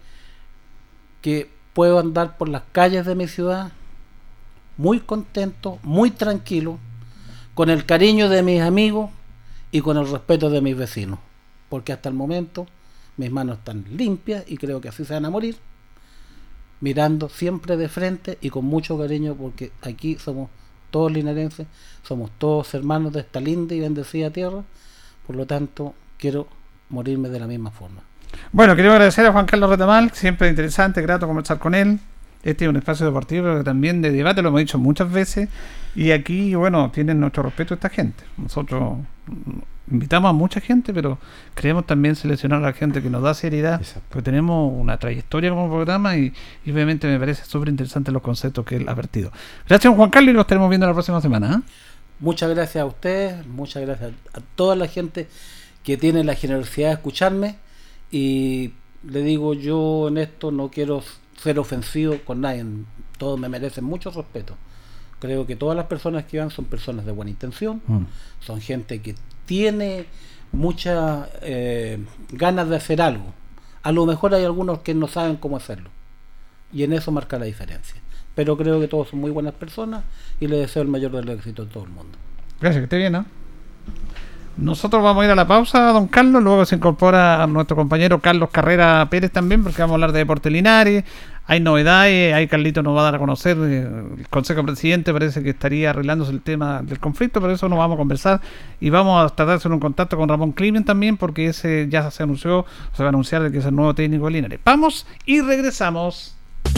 F: que puedo andar por las calles de mi ciudad muy contento, muy tranquilo, con el cariño de mis amigos y con el respeto de mis vecinos, porque hasta el momento mis manos están limpias y creo que así se van a morir, mirando siempre de frente y con mucho cariño, porque aquí somos todos linarenses, somos todos hermanos de esta linda y bendecida tierra, por lo tanto quiero morirme de la misma forma.
D: Bueno, queremos agradecer a Juan Carlos Retamal, siempre interesante, grato conversar con él. Este es un espacio deportivo, pero también de debate, lo hemos dicho muchas veces, y aquí, bueno, tienen nuestro respeto esta gente. Nosotros invitamos a mucha gente, pero queremos también seleccionar a la gente que nos da seriedad, exacto, porque tenemos una trayectoria como programa y, y obviamente me parece súper interesante los conceptos que él ha vertido. Gracias, Juan Carlos, y nos estaremos viendo la próxima semana. ¿eh?
F: Muchas gracias a ustedes, muchas gracias a toda la gente que tiene la generosidad de escucharme, y le digo, yo en esto no quiero ser ofensivo con nadie, todos me merecen mucho respeto. Creo que todas las personas que van son personas de buena intención, mm. son gente que tiene muchas eh, ganas de hacer algo. A lo mejor hay algunos que no saben cómo hacerlo, y en eso marca la diferencia. Pero creo que todos son muy buenas personas y les deseo el mayor de los éxitos a todo el mundo.
D: Gracias, que esté bien, ¿no? Nosotros vamos a ir a la pausa, don Carlos, luego se incorpora nuestro compañero Carlos Carrera Pérez también, porque vamos a hablar de Deportes Linares, hay novedades, ahí Carlito nos va a dar a conocer, el Consejo Presidente parece que estaría arreglándose el tema del conflicto, pero eso nos vamos a conversar y vamos a tratar de hacer un contacto con Ramón Climen también, porque ese ya se anunció, se va a anunciar que es el nuevo técnico de Linares. Vamos y regresamos.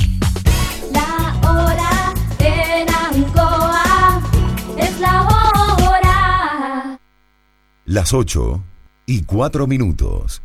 C: La hora en Ancoa es la hora.
G: Las ocho y cuatro minutos.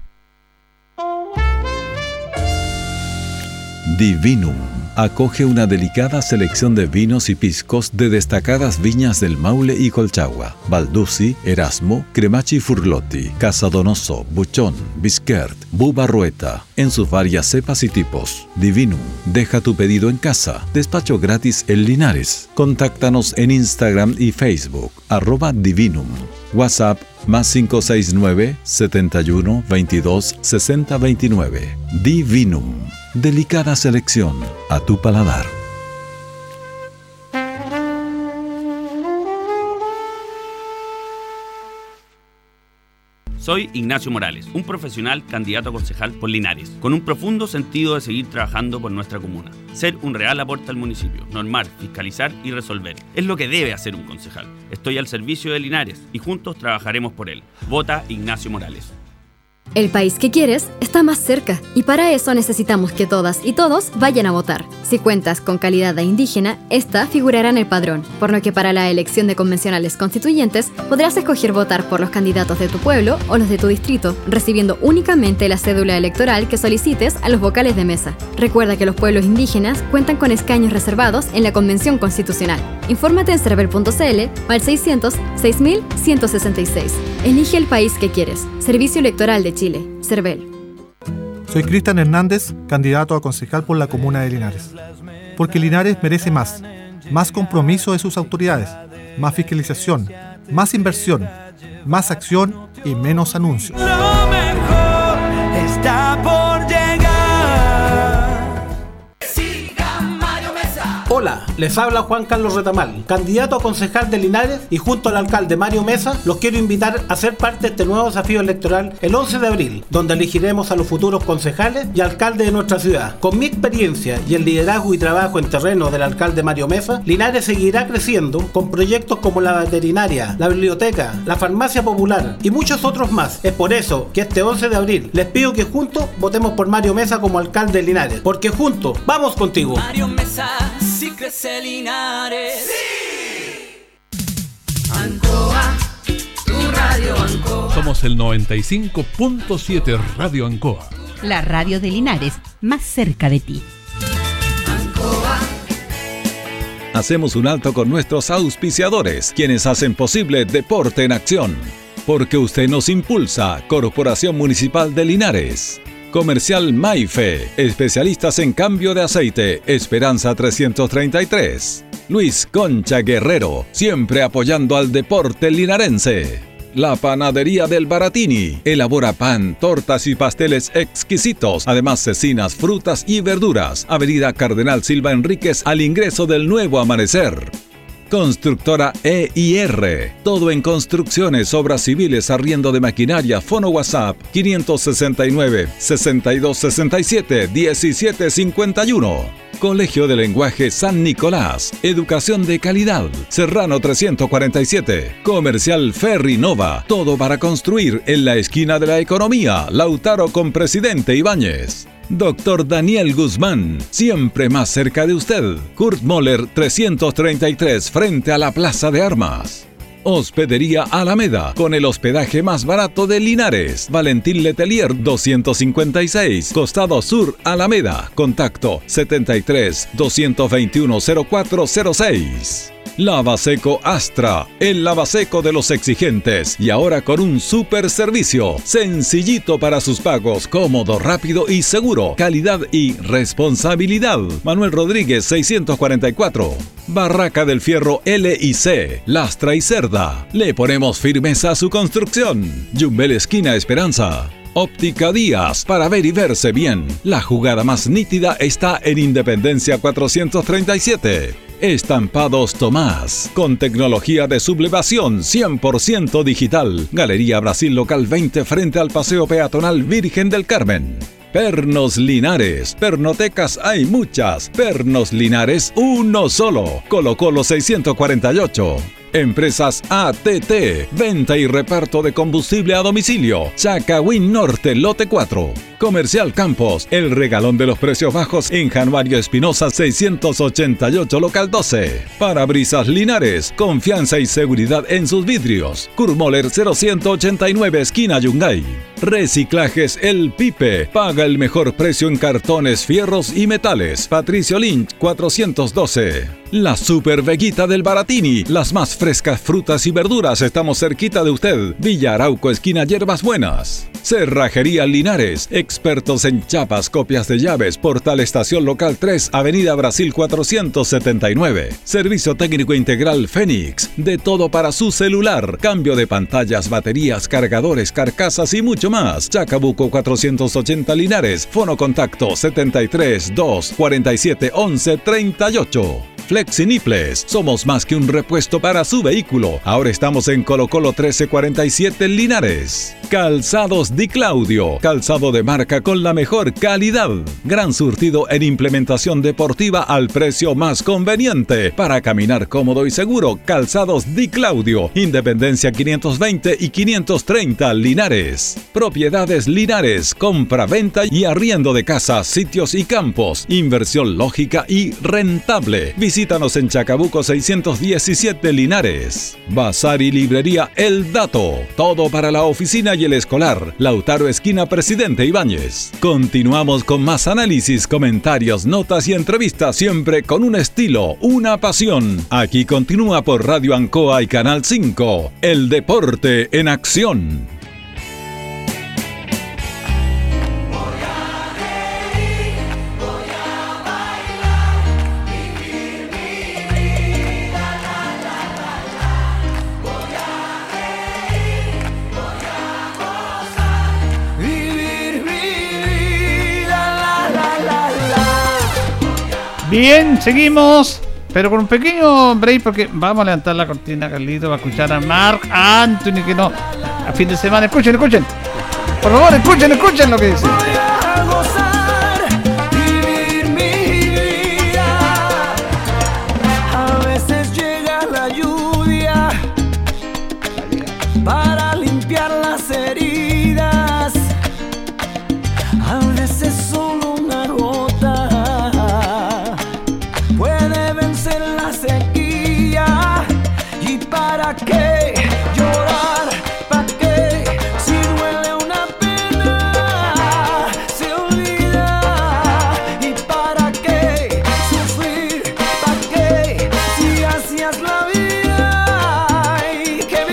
G: Divinum acoge una delicada selección de vinos y piscos de destacadas viñas del Maule y Colchagua, Baldussi, Erasmo, Cremachi Furlotti, Casa Donoso, Buchón, Bisquert, Bubarrueta, en sus varias cepas y tipos. Divinum, deja tu pedido en casa, despacho gratis en Linares. Contáctanos en Instagram y Facebook, arroba Divinum. WhatsApp más cinco seis nueve, setenta y uno, veintidós, sesenta, veintinueve. Divinum. Delicada selección a tu paladar.
H: Soy Ignacio Morales, un profesional candidato a concejal por Linares, con un profundo sentido de seguir trabajando por nuestra comuna. Ser un real aporte al municipio, normar, fiscalizar y resolver. Es lo que debe hacer un concejal. Estoy al servicio de Linares y juntos trabajaremos por él. Vota Ignacio Morales.
I: El país que quieres está más cerca y para eso necesitamos que todas y todos vayan a votar. Si cuentas con calidad de indígena, esta figurará en el padrón, por lo que para la elección de convencionales constituyentes podrás escoger votar por los candidatos de tu pueblo o los de tu distrito, recibiendo únicamente la cédula electoral que solicites a los vocales de mesa. Recuerda que los pueblos indígenas cuentan con escaños reservados en la Convención Constitucional. Infórmate en cervel punto c l o al seiscientos seis mil ciento sesenta y seis. Elige el país que quieres. Servicio Electoral de Chile. Cervel.
J: Soy Cristian Hernández, candidato a concejal por la comuna de Linares. Porque Linares merece más. Más compromiso de sus autoridades, más fiscalización, más inversión, más acción y menos anuncios.
B: Lo mejor está por llegar. Siga Mario Mesa.
F: Hola, les habla Juan Carlos Retamal, candidato a concejal de Linares, y junto al alcalde Mario Mesa los quiero invitar a ser parte de este nuevo desafío electoral el once de abril, donde elegiremos a los futuros concejales y alcaldes de nuestra ciudad. Con mi experiencia y el liderazgo y trabajo en terreno del alcalde Mario Mesa, Linares seguirá creciendo con proyectos como la veterinaria, la biblioteca, la farmacia popular y muchos otros más. Es por eso que este once de abril les pido que juntos votemos por Mario Mesa como alcalde de Linares, porque juntos vamos contigo.
B: Mario Mesa, si crece Linares. ¡Sí! Ancoa, tu radio Ancoa.
K: Somos el noventa y cinco punto siete Radio Ancoa.
L: La radio de Linares, más cerca de ti.
B: Ancoa.
G: Hacemos un alto con nuestros auspiciadores, quienes hacen posible Deporte en Acción. Porque usted nos impulsa, Corporación Municipal de Linares. Comercial Maife, especialistas en cambio de aceite, Esperanza trescientos treinta y tres. Luis Concha Guerrero, siempre apoyando al deporte linarense. La Panadería del Baratini, elabora pan, tortas y pasteles exquisitos, además cecinas, frutas y verduras. Avenida Cardenal Silva Enríquez al ingreso del Nuevo Amanecer. Constructora E I R, todo en construcciones, obras civiles, arriendo de maquinaria. Fono WhatsApp quinientos sesenta y nueve, sesenta y dos sesenta y siete, diecisiete cincuenta y uno. Colegio de Lenguaje San Nicolás, educación de calidad. Serrano trescientos cuarenta y siete. Comercial Ferry Nova, todo para construir en la esquina de la economía. Lautaro con Presidente Ibáñez. Doctor Daniel Guzmán, siempre más cerca de usted. Kurt Moller trescientos treinta y tres, frente a la Plaza de Armas. Hospedería Alameda, con el hospedaje más barato de Linares. Valentín Letelier doscientos cincuenta y seis, Costado Sur, Alameda. Contacto setenta y tres, doscientos veintiuno, cero cuatro cero seis. Lavaseco Astra, el lavaseco de los exigentes, y ahora con un super servicio, sencillito para sus pagos, cómodo, rápido y seguro, calidad y responsabilidad. Manuel Rodríguez seiscientos cuarenta y cuatro. Barraca del Fierro L y C, Lastra y Cerda. Le ponemos firmeza a su construcción. Yumbel Esquina Esperanza. Óptica Díaz, para ver y verse bien. La jugada más nítida está en Independencia cuatrocientos treinta y siete. Estampados Tomás, con tecnología de sublevación cien por ciento digital. Galería Brasil Local veinte, frente al Paseo Peatonal Virgen del Carmen. Pernos Linares, pernotecas hay muchas. Pernos Linares, uno solo. Colo Colo seiscientos cuarenta y ocho. Empresas A T T, venta y reparto de combustible a domicilio. Chacawin Norte, lote cuatro. Comercial Campos, el regalón de los precios bajos en Januario Espinosa seiscientos ochenta y ocho, local doce. Parabrisas Linares, confianza y seguridad en sus vidrios. Kurmoller cero ciento ochenta y nueve, esquina Yungay. Reciclajes El Pipe, paga el mejor precio en cartones, fierros y metales. Patricio Lynch cuatrocientos doce. La Super Veguita del Baratini, las más frescas frutas y verduras, estamos cerquita de usted. Villa Arauco, esquina Hierbas Buenas. Cerrajería Linares, expertos en chapas, copias de llaves. Portal Estación Local tres, Avenida Brasil cuatrocientos setenta y nueve. Servicio técnico integral Fénix, de todo para su celular. Cambio de pantallas, baterías, cargadores, carcasas y mucho más. Chacabuco cuatrocientos ochenta Linares. Fono contacto setenta y tres, dos, cuarenta y siete, once, treinta y ocho. Flexiniples, somos más que un repuesto para su vehículo. Ahora estamos en Colo Colo trece cuarenta y siete Linares. Calzados Di Claudio, calzado de marca con la mejor calidad. Gran surtido en implementación deportiva al precio más conveniente. Para caminar cómodo y seguro, Calzados Di Claudio, Independencia quinientos veinte y quinientos treinta Linares. Propiedades Linares, compra-venta y arriendo de casas, sitios y campos. Inversión lógica y rentable. Visítanos en Chacabuco seiscientos diecisiete Linares. Bazar y librería El Dato. Todo para la oficina y el escolar. Lautaro esquina Presidente Ibáñez. Continuamos con más análisis, comentarios, notas y entrevistas, siempre con un estilo, una pasión. Aquí continúa por Radio Ancoa y Canal cinco. El deporte en acción.
D: Bien, seguimos, pero con un pequeño break porque vamos a levantar la cortina, Carlito, para escuchar a Marc Anthony, que no, a fin de semana, escuchen, escuchen, por favor, escuchen, escuchen lo que dice.
B: A veces llega la lluvia para limpiar las heridas, a veces solo una gota puede vencer la sequía. ¿Y para qué llorar? ¿Para qué? Si duele una pena, se olvida. ¿Y para qué sufrir? ¿Para qué? Si hacías la vida, hay que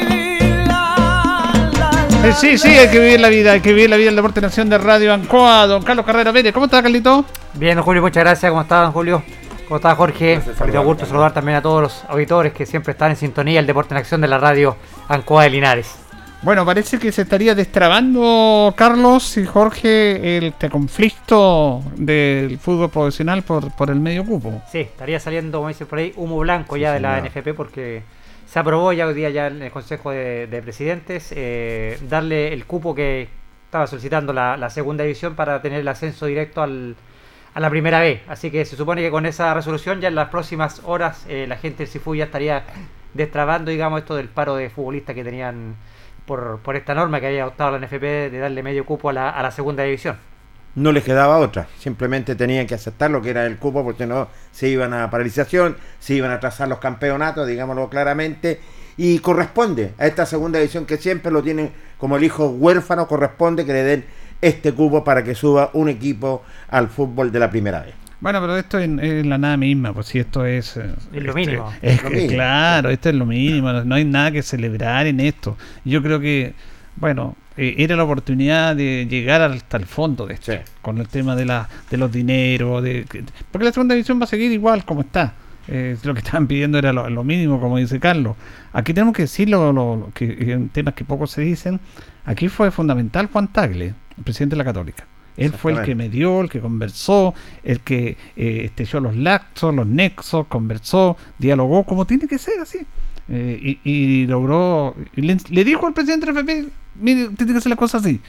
B: vivirla. La, la,
D: Eh, sí, sí, hay que vivir la vida, hay que vivir la vida del Deporte Nación de Radio Ancoa. Don Carlos Carrera Pérez, ¿cómo está, Carlito?
M: Bien, don Julio, muchas gracias. ¿Cómo está, don Julio? ¿Cómo está, Jorge? Feliz gusto saludar también a todos los auditores que siempre están en sintonía del Deporte en Acción de la Radio Ancoa de Linares.
D: Bueno, parece que se estaría destrabando, Carlos y Jorge, el este conflicto del fútbol profesional por, por el medio cupo.
M: Sí, estaría saliendo, como dicen por ahí, humo blanco ya
D: Sí,
M: de la
D: señor.
M: N F P, porque se aprobó ya hoy día ya en el Consejo de, de Presidentes eh, darle el cupo que estaba solicitando la, la segunda división para tener el ascenso directo al, a la primera B. Así que se supone que con esa resolución ya en las próximas horas eh, la gente del Cifu ya estaría destrabando, digamos, esto del paro de futbolistas que tenían por, por esta norma que había adoptado la N F P de darle medio cupo a la, a la segunda división.
E: No les quedaba otra, simplemente tenían que aceptar lo que era el cupo, porque no se iban a paralización, se iban a trazar los campeonatos, digámoslo claramente, y corresponde a esta segunda división, que siempre lo tienen como el hijo huérfano, corresponde que le den este cupo para que suba un equipo al fútbol de la primera vez.
D: Bueno, pero esto es, es la nada misma, pues si esto es... eh,
M: Es lo
D: este,
M: mínimo.
D: Es,
E: Lo
D: que,
E: mínimo,
D: claro, esto es lo mínimo, no hay nada que celebrar en esto. Yo creo que, bueno, eh, era la oportunidad de llegar hasta el fondo de esto,
E: Sí.
D: con el tema de la de los dineros, de, que- porque la segunda división va a seguir igual como está. Eh, lo que estaban pidiendo era lo, lo mínimo, como dice Carlos. Aquí tenemos que decir lo, lo- lo que en temas que pocos se dicen. Aquí fue fundamental Juan Tagle, el presidente de la Católica. Él fue el que medió, el que conversó, el que eh, estrechó los laxos, los nexos, conversó, dialogó como tiene que ser, así. Eh, y, y logró, y le, le dijo al presidente del F P, mire, tiene que hacer las cosas así.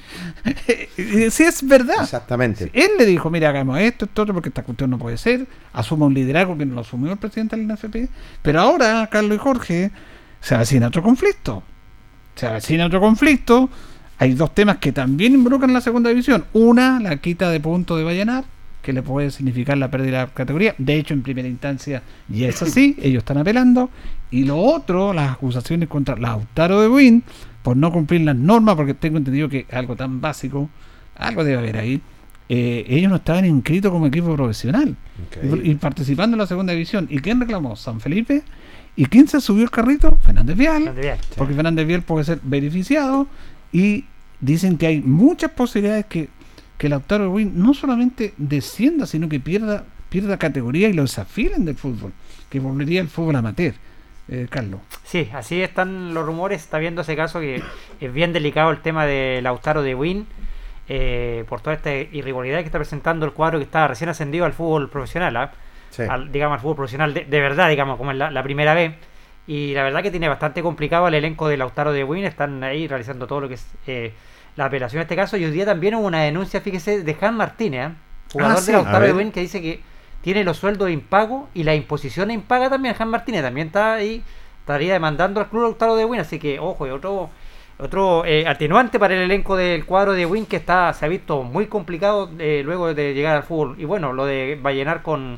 D: Y sí, es verdad.
E: Exactamente.
D: Él le dijo, mira, hagamos esto, esto, otro, porque esta cuestión no puede ser. Asuma un liderazgo que no lo asumió el presidente de la N F P. Pero ahora, Carlos y Jorge, se avecina otro conflicto. Se avecina otro conflicto. Hay dos temas que también involucran la segunda división. Una, la quita de puntos de Vallenar, que le puede significar la pérdida de la categoría. De hecho, en primera instancia ya es así, ellos están apelando. Y lo otro, las acusaciones contra Lautaro de Buin por no cumplir las normas, porque tengo entendido que algo tan básico, algo debe haber ahí. Eh, ellos no estaban inscritos como equipo profesional y, y participando en la segunda división. ¿Y quién reclamó? San Felipe. ¿Y quién se subió el carrito? Fernández Vial.
M: Fernández Vial, sí.
D: Porque Fernández Vial puede ser beneficiado. Y dicen que hay muchas posibilidades que, que Lautaro de Buin no solamente descienda, sino que pierda, pierda categoría y lo desafilen del fútbol, que volvería al fútbol amateur. Eh, Carlos.
M: Sí, así están los rumores. Está viendo ese caso que es bien delicado el tema de Lautaro de Buin, eh, por toda esta irregularidad que está presentando el cuadro que está recién ascendido al fútbol profesional, ¿ah?
E: Sí.
M: al, digamos al fútbol profesional de, de verdad, digamos, como es la, la primera vez. y la verdad que tiene bastante complicado el elenco de Lautaro de Buin. Están ahí realizando todo lo que es eh, la apelación en este caso, y hoy día también hubo una denuncia, fíjese, de Jan Martínez, ¿eh? jugador
E: Ah, sí,
M: de Lautaro
E: a
M: de
E: ver.
M: Buin, que dice que tiene los sueldos impagos y la imposición impaga también. Jan Martínez también está ahí, estaría demandando al club Lautaro de Buin, así que ojo, y otro otro eh, atenuante para el elenco del cuadro de Buin, que está se ha visto muy complicado eh, luego de llegar al fútbol. Y bueno, lo de Vallenar con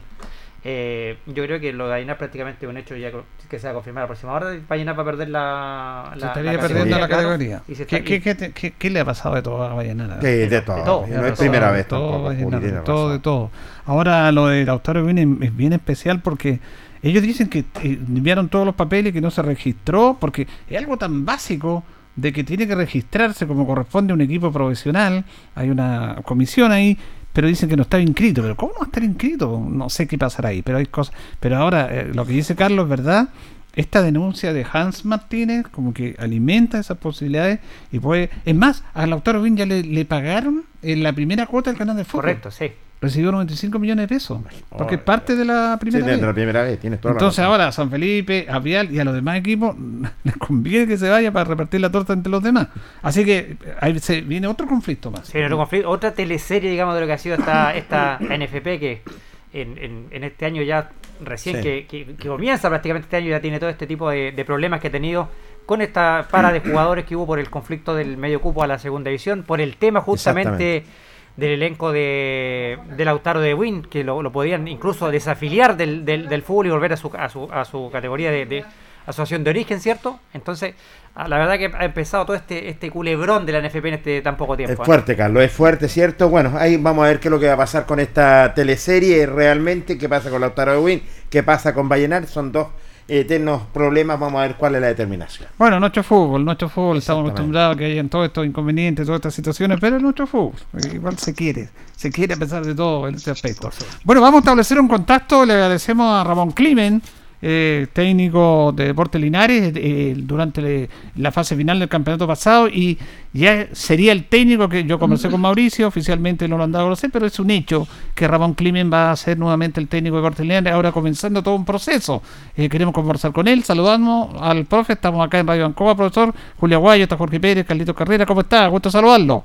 M: eh, yo creo que lo de Vallenar prácticamente es un hecho ya que se va a confirmar la próxima hora. Vallenar va a perder la,
D: Se
M: la
D: estaría
M: la
D: perdiendo la
M: claro,
D: categoría.
M: y se está-
D: ¿Qué, qué, qué, te- qué- qué le ha pasado de todo a Vallenar?
E: Sí, de todo.
M: de todo,
E: Y
M: de
E: no es
M: todo,
E: primera
D: de
E: vez
D: todo,
E: tampoco,
D: Vallenar,
E: Juli,
D: de
E: tiene
D: todo,
E: razón.
D: de todo. Ahora lo de Lautaro viene es bien especial porque ellos dicen que eh, enviaron todos los papeles, que no se registró, porque es algo tan básico de que tiene que registrarse como corresponde a un equipo profesional. Hay una comisión ahí, pero dicen que no estaba inscrito. Pero ¿cómo no va a estar inscrito? No sé qué pasará ahí, pero hay cosas. Pero ahora, eh, lo que dice Carlos es verdad. Esta denuncia de Hans Martínez como que alimenta esas posibilidades y puede... Es más, a Lautaro Bin ya le, le pagaron en la primera cuota del canal de fútbol.
M: Correcto, sí.
D: Recibió noventa y cinco millones de pesos, porque es
E: Oh,
D: parte de la
E: Sí,
D: primera
E: desde
D: vez.
E: la primera vez, tienes toda
D: Entonces
E: la razón.
D: ahora a San Felipe, a Vial y a los demás equipos les conviene que se vaya para repartir la torta entre los demás. Así que ahí se viene otro conflicto más.
M: Sí, otro conflicto, otra teleserie, digamos, de lo que ha sido esta, esta N F P, que en, en, en este año ya recién
E: Sí.
M: que, que, que comienza prácticamente este año, ya tiene todo este tipo de, de problemas que ha tenido con esta para de jugadores que hubo por el conflicto del medio cupo a la segunda división, por el tema justamente del elenco de, de Lautaro de Buin, que lo, lo podían incluso desafiliar del, del, del fútbol y volver a su, a su, a su categoría de, de asociación de origen, ¿cierto? Entonces, la verdad que ha empezado todo este este culebrón de la N F P en este tan poco tiempo.
E: Es
M: ¿eh?
E: fuerte, Carlos, es fuerte, ¿cierto? Bueno, ahí vamos a ver qué es lo que va a pasar con esta teleserie realmente, qué pasa con Lautaro de Buin, qué pasa con Vallenar, son dos eternos problemas, vamos a ver cuál es la determinación.
D: Bueno, nuestro fútbol, nuestro fútbol, estamos
E: Exactamente.
D: acostumbrados a que hayan todos estos inconvenientes, todas estas situaciones, pero es nuestro fútbol, igual se quiere, se quiere a pesar de todo en este aspecto. Bueno, vamos a establecer un contacto, le agradecemos a Ramón Climen, eh, técnico de Deportes Linares, eh, durante le- la fase final del campeonato pasado, y ya sería el técnico que yo conversé con Mauricio, oficialmente no lo han dado a conocer, pero es un hecho que Ramón Climen va a ser nuevamente el técnico de Deportes Linares, ahora comenzando todo un proceso. Eh, queremos conversar con él, saludamos al profe, estamos acá en Radio Ancoa, profesor Julio Aguayo, está Jorge Pérez, Carlito Carrera, ¿cómo está? Gusto saludarlo.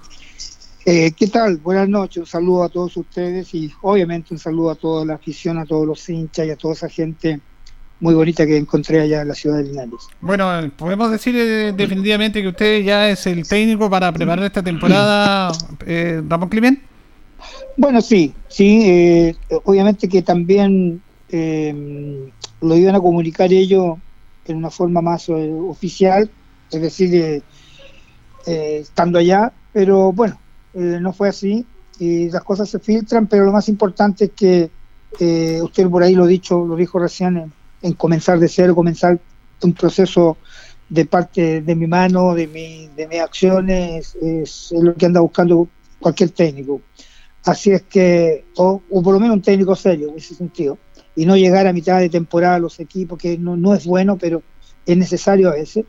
N: Eh, ¿Qué tal? Buenas noches, un saludo a todos ustedes y obviamente un saludo a toda la afición, a todos los hinchas y a toda esa gente muy bonita que encontré allá en la ciudad de Linares.
D: Bueno, eh, podemos decir eh, definitivamente que usted ya es el técnico para preparar esta temporada, eh, Ramón Climent.
N: Bueno, sí, sí, eh, obviamente que también eh, lo iban a comunicar ellos en una forma más eh, oficial, es decir, eh, eh, estando allá, pero bueno, eh, no fue así y las cosas se filtran, pero lo más importante es que eh, usted por ahí lo dicho, lo dijo recién, en, en comenzar de cero, comenzar un proceso de parte de mi mano, de mi, de mis acciones, es, es lo que anda buscando cualquier técnico. Así es que, o, o por lo menos un técnico serio en ese sentido, y no llegar a mitad de temporada a los equipos, que no, no es bueno, pero es necesario a veces.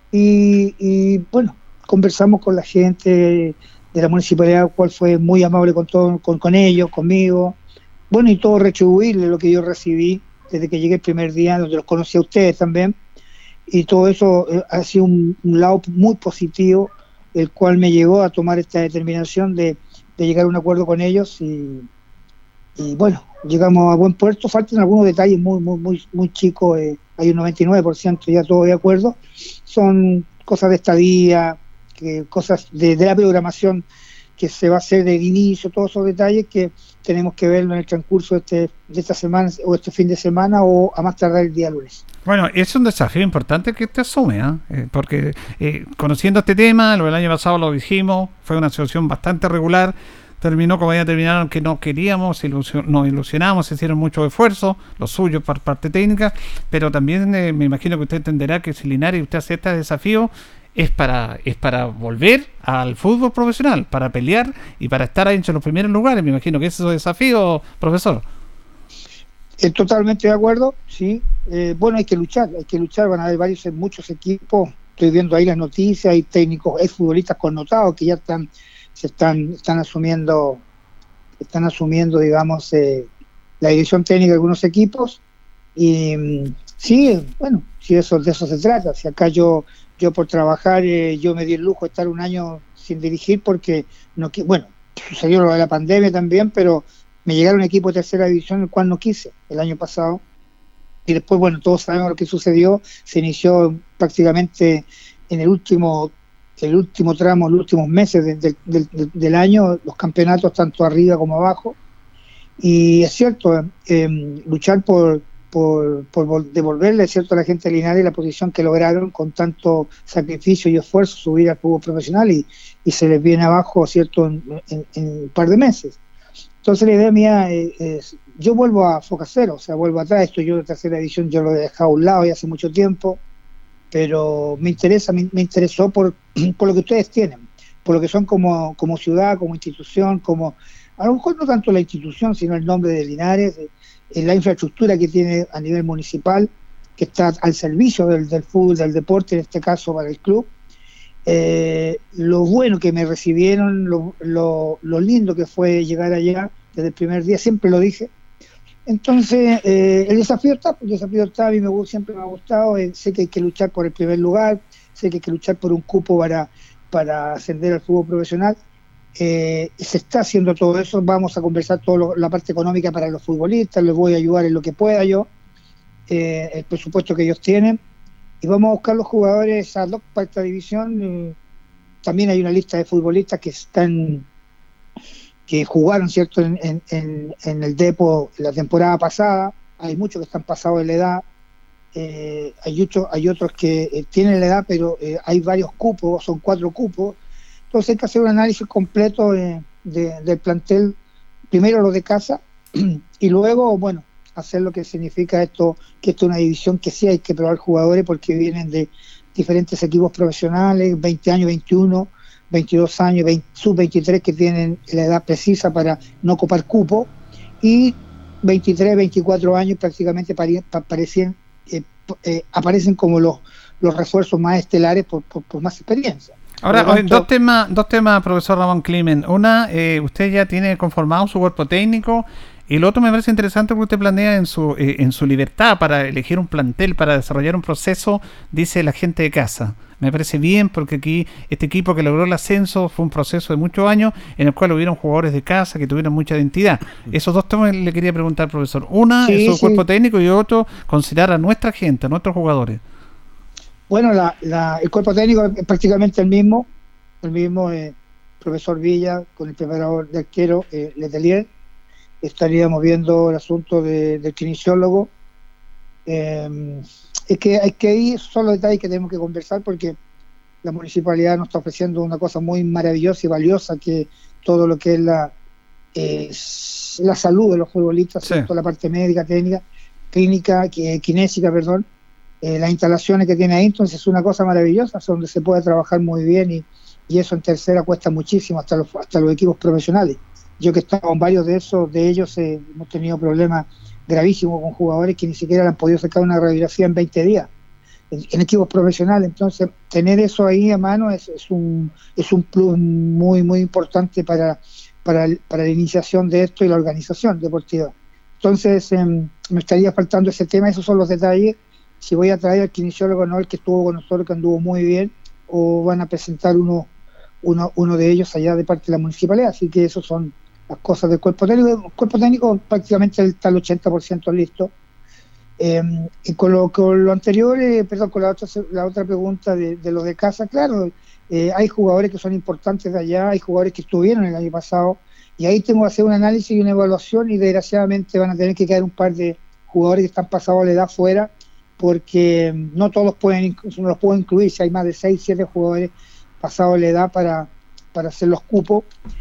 N: Y, y bueno, conversamos con la gente de la municipalidad, cual fue muy amable con, todo, con, con ellos, conmigo. Bueno, y todo retribuirle lo que yo recibí desde que llegué el primer día, donde los conocí a ustedes también. Y todo eso eh, ha sido un, un lado muy positivo, el cual me llevó a tomar esta determinación de, de llegar a un acuerdo con ellos. Y, y bueno, llegamos a buen puerto. Faltan algunos detalles muy, muy, muy, muy chicos. Eh, hay un noventa y nueve por ciento ya todo de acuerdo. Son cosas de estadía, que cosas de, de la programación que se va a hacer del inicio, todos esos detalles que tenemos que verlo en el transcurso de, este, de esta semana o este fin de semana o a más tardar el día lunes.
D: Bueno, es un desafío importante que te asume, ¿eh? Eh, porque eh, conociendo este tema, lo del año pasado lo dijimos, fue una situación bastante regular, terminó como ya terminaron que no queríamos, ilusion, nos ilusionamos, se hicieron muchos esfuerzos, los suyos por parte técnica, pero también eh, me imagino que usted entenderá que si Linares usted acepta el desafío, es para es para volver al fútbol profesional, para pelear y para estar ahí en los primeros lugares. Me imagino que ese es su desafío, profesor.
N: Eh, totalmente de acuerdo, sí. Eh, bueno, hay que luchar, hay que luchar, van a haber varios, muchos equipos. Estoy viendo ahí las noticias, hay técnicos, hay futbolistas connotados que ya están, se están, están asumiendo, están asumiendo, digamos, eh, la dirección técnica de algunos equipos. Y, Sí, bueno, si eso, de eso se trata. Si acá yo, yo por trabajar, eh, yo me di el lujo de estar un año sin dirigir porque, no qui- bueno, sucedió lo de la pandemia también, pero me llegaron equipos de tercera división, el cual no quise el año pasado. Y después, bueno, todos sabemos lo que sucedió. Se inició prácticamente en el último el último tramo, los últimos meses de- de- del del- del año, los campeonatos tanto arriba como abajo. Y es cierto, eh, luchar por, por, por vol- devolverle, es cierto, a la gente de Linares la posición que lograron con tanto sacrificio y esfuerzo, subir al fútbol profesional y, y se les viene abajo, cierto, en, en- en un par de meses. Entonces la idea mía es, es- yo vuelvo a Foca Cero, o sea, vuelvo atrás. Esto yo de tercera división yo lo he dejado a un lado ya hace mucho tiempo, pero me interesa, me, me interesó por, por lo que ustedes tienen, por lo que son como, como ciudad, como institución, como a lo mejor no tanto la institución, sino el nombre de Linares, eh, eh, la infraestructura que tiene a nivel municipal, que está al servicio del, del fútbol, del deporte, en este caso para el club. Eh, lo bueno que me recibieron, lo, lo, lo lindo que fue llegar allá desde el primer día, siempre lo dije. Entonces, eh, el desafío está, el desafío está, a mí me, gu- siempre me ha gustado, eh, sé que hay que luchar por el primer lugar, sé que hay que luchar por un cupo para, para ascender al fútbol profesional. Eh, se está haciendo todo eso, vamos a conversar toda la parte económica para los futbolistas, les voy a ayudar en lo que pueda yo, eh, el presupuesto que ellos tienen, y vamos a buscar los jugadores ad hoc para esta división. Eh, también hay una lista de futbolistas que están que jugaron, cierto, en, en, en, en el Depo la temporada pasada. Hay muchos que están pasados de la edad, eh, hay, muchos, hay otros que eh, tienen la edad, pero eh, hay varios cupos, son cuatro cupos. Entonces hay que hacer un análisis completo de, de, del plantel, primero lo de casa, y luego, bueno, hacer lo que significa esto, que esto es una división que sí hay que probar jugadores porque vienen de diferentes equipos profesionales, veinte años, veintiuno, veintidós años, sub veintitrés que tienen la edad precisa para no ocupar cupo, y veintitrés, veinticuatro años prácticamente pare, pa, parecían, eh, eh, aparecen como los, los refuerzos más estelares por, por, por más experiencia.
D: Ahora,
N: Por lo tanto,
D: dos temas, dos temas, profesor Ramón Climen. Una, eh, usted ya tiene conformado su cuerpo técnico, y el otro me parece interesante porque usted planea en su eh, en su libertad para elegir un plantel, para desarrollar un proceso, dice la gente de casa. Me parece bien porque aquí este equipo que logró el ascenso fue un proceso de muchos años en el cual hubieron jugadores de casa que tuvieron mucha identidad. Esos dos temas le quería preguntar, profesor. Una,
N: Sí,
D: es su
N: sí.
D: cuerpo técnico, y otro, considerar a nuestra gente, a nuestros jugadores.
N: Bueno, la, la, el cuerpo técnico es prácticamente el mismo, el mismo eh, profesor Villa con el preparador de arquero, eh, Letelier. Estaríamos viendo el asunto de, del kinesiólogo. Eh, es que hay que ir, son los detalles que tenemos que conversar porque la municipalidad nos está ofreciendo una cosa muy maravillosa y valiosa, que todo lo que es la, eh, la salud de los futbolistas,
D: Sí.
N: ¿cierto? La parte médica, técnica, clínica, que, kinésica, perdón, eh, las instalaciones que tiene ahí, entonces es una cosa maravillosa, donde se puede trabajar muy bien, y, y eso en tercera cuesta muchísimo, hasta los, hasta los equipos profesionales. Yo que he estado en varios de esos, de ellos eh, hemos tenido problemas gravísimos con jugadores que ni siquiera le han podido sacar una radiografía en veinte días en, en equipos profesionales. Entonces tener eso ahí a mano es, es un es un plus muy muy importante para, para, el- para la iniciación de esto y la organización deportiva. Entonces eh, me estaría faltando ese tema, esos son los detalles. Si voy a traer al kinesiólogo, no el que estuvo con nosotros, que anduvo muy bien, o van a presentar uno, uno, uno de ellos allá de parte de la municipalidad. Así que esos son las cosas del cuerpo técnico. El cuerpo técnico prácticamente está al ochenta por ciento listo. Eh, y con lo, con lo anterior, eh, perdón, con la otra, la otra pregunta de, de los de casa, claro, eh, hay jugadores que son importantes de allá, hay jugadores que estuvieron el año pasado, y ahí tengo que hacer un análisis y una evaluación, y desgraciadamente van a tener que quedar un par de jugadores que están pasados de edad fuera, porque no todos pueden, no los puedo incluir, si hay más de seis, siete jugadores pasados de la edad para, para hacer los cupos.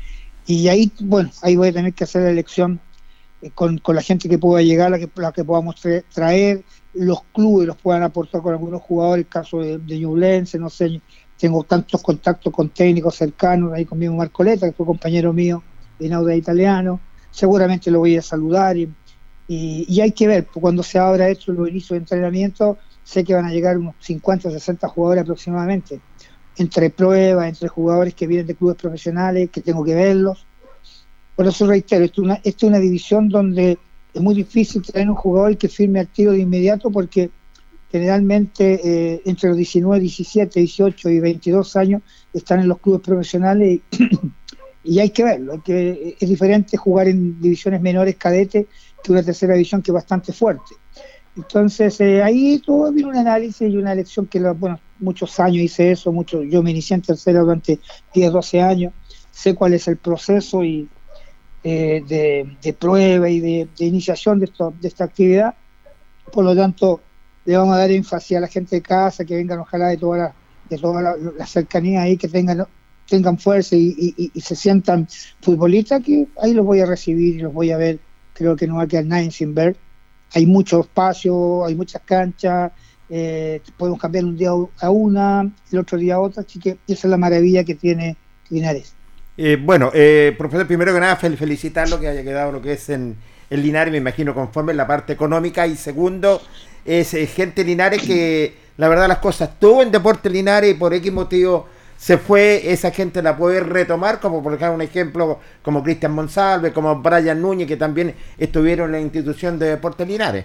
N: Y ahí, bueno, ahí voy a tener que hacer la elección eh, con, con la gente que pueda llegar, la que, la que podamos tra- traer, los clubes los puedan aportar con algunos jugadores, el caso de, de Ñublense, no sé, tengo tantos contactos con técnicos cercanos, ahí conmigo Marcoleta, que fue compañero mío en Auda Italiano, seguramente lo voy a saludar, y, y, y hay que ver, pues, cuando se abra esto, los inicios de entrenamiento, sé que van a llegar unos cincuenta o sesenta jugadores aproximadamente, entre pruebas, entre jugadores que vienen de clubes profesionales, que tengo que verlos. Por eso reitero, esto es una, esto es una división donde es muy difícil traer un jugador que firme al tiro de inmediato, porque generalmente eh, entre los diecinueve, diecisiete, dieciocho y veintidós años están en los clubes profesionales y, y hay que verlo, hay que, es diferente jugar en divisiones menores cadetes que una tercera división que es bastante fuerte. Entonces eh, ahí todo viene un análisis y una elección que, bueno, muchos años hice eso, mucho, yo me inicié en tercera durante diez, doce años, sé cuál es el proceso y eh, de, de prueba y de, de iniciación de, esto, de esta actividad, por lo tanto le vamos a dar énfasis a la gente de casa, que vengan ojalá de toda la, de toda la, la cercanía ahí, que tengan tengan fuerza y, y, y se sientan futbolistas, que ahí los voy a recibir y los voy a ver. Creo que no va a quedar nadie sin ver. Hay mucho espacio, hay muchas canchas, eh, podemos cambiar un día a una, el otro día a otra, así que esa es la maravilla que tiene Linares.
E: Eh, bueno, eh, profesor, primero que nada fel- felicitarlo que haya quedado lo que es en, en Linares, me imagino conforme en la parte económica, y segundo, es eh, gente Linares que la verdad las cosas estuvo en Deportes Linares y por X motivo se fue, esa gente la puede retomar, como por ejemplo un ejemplo como Cristian Monsalve, como Brian Núñez, que también estuvieron en la institución de Deportes Linares.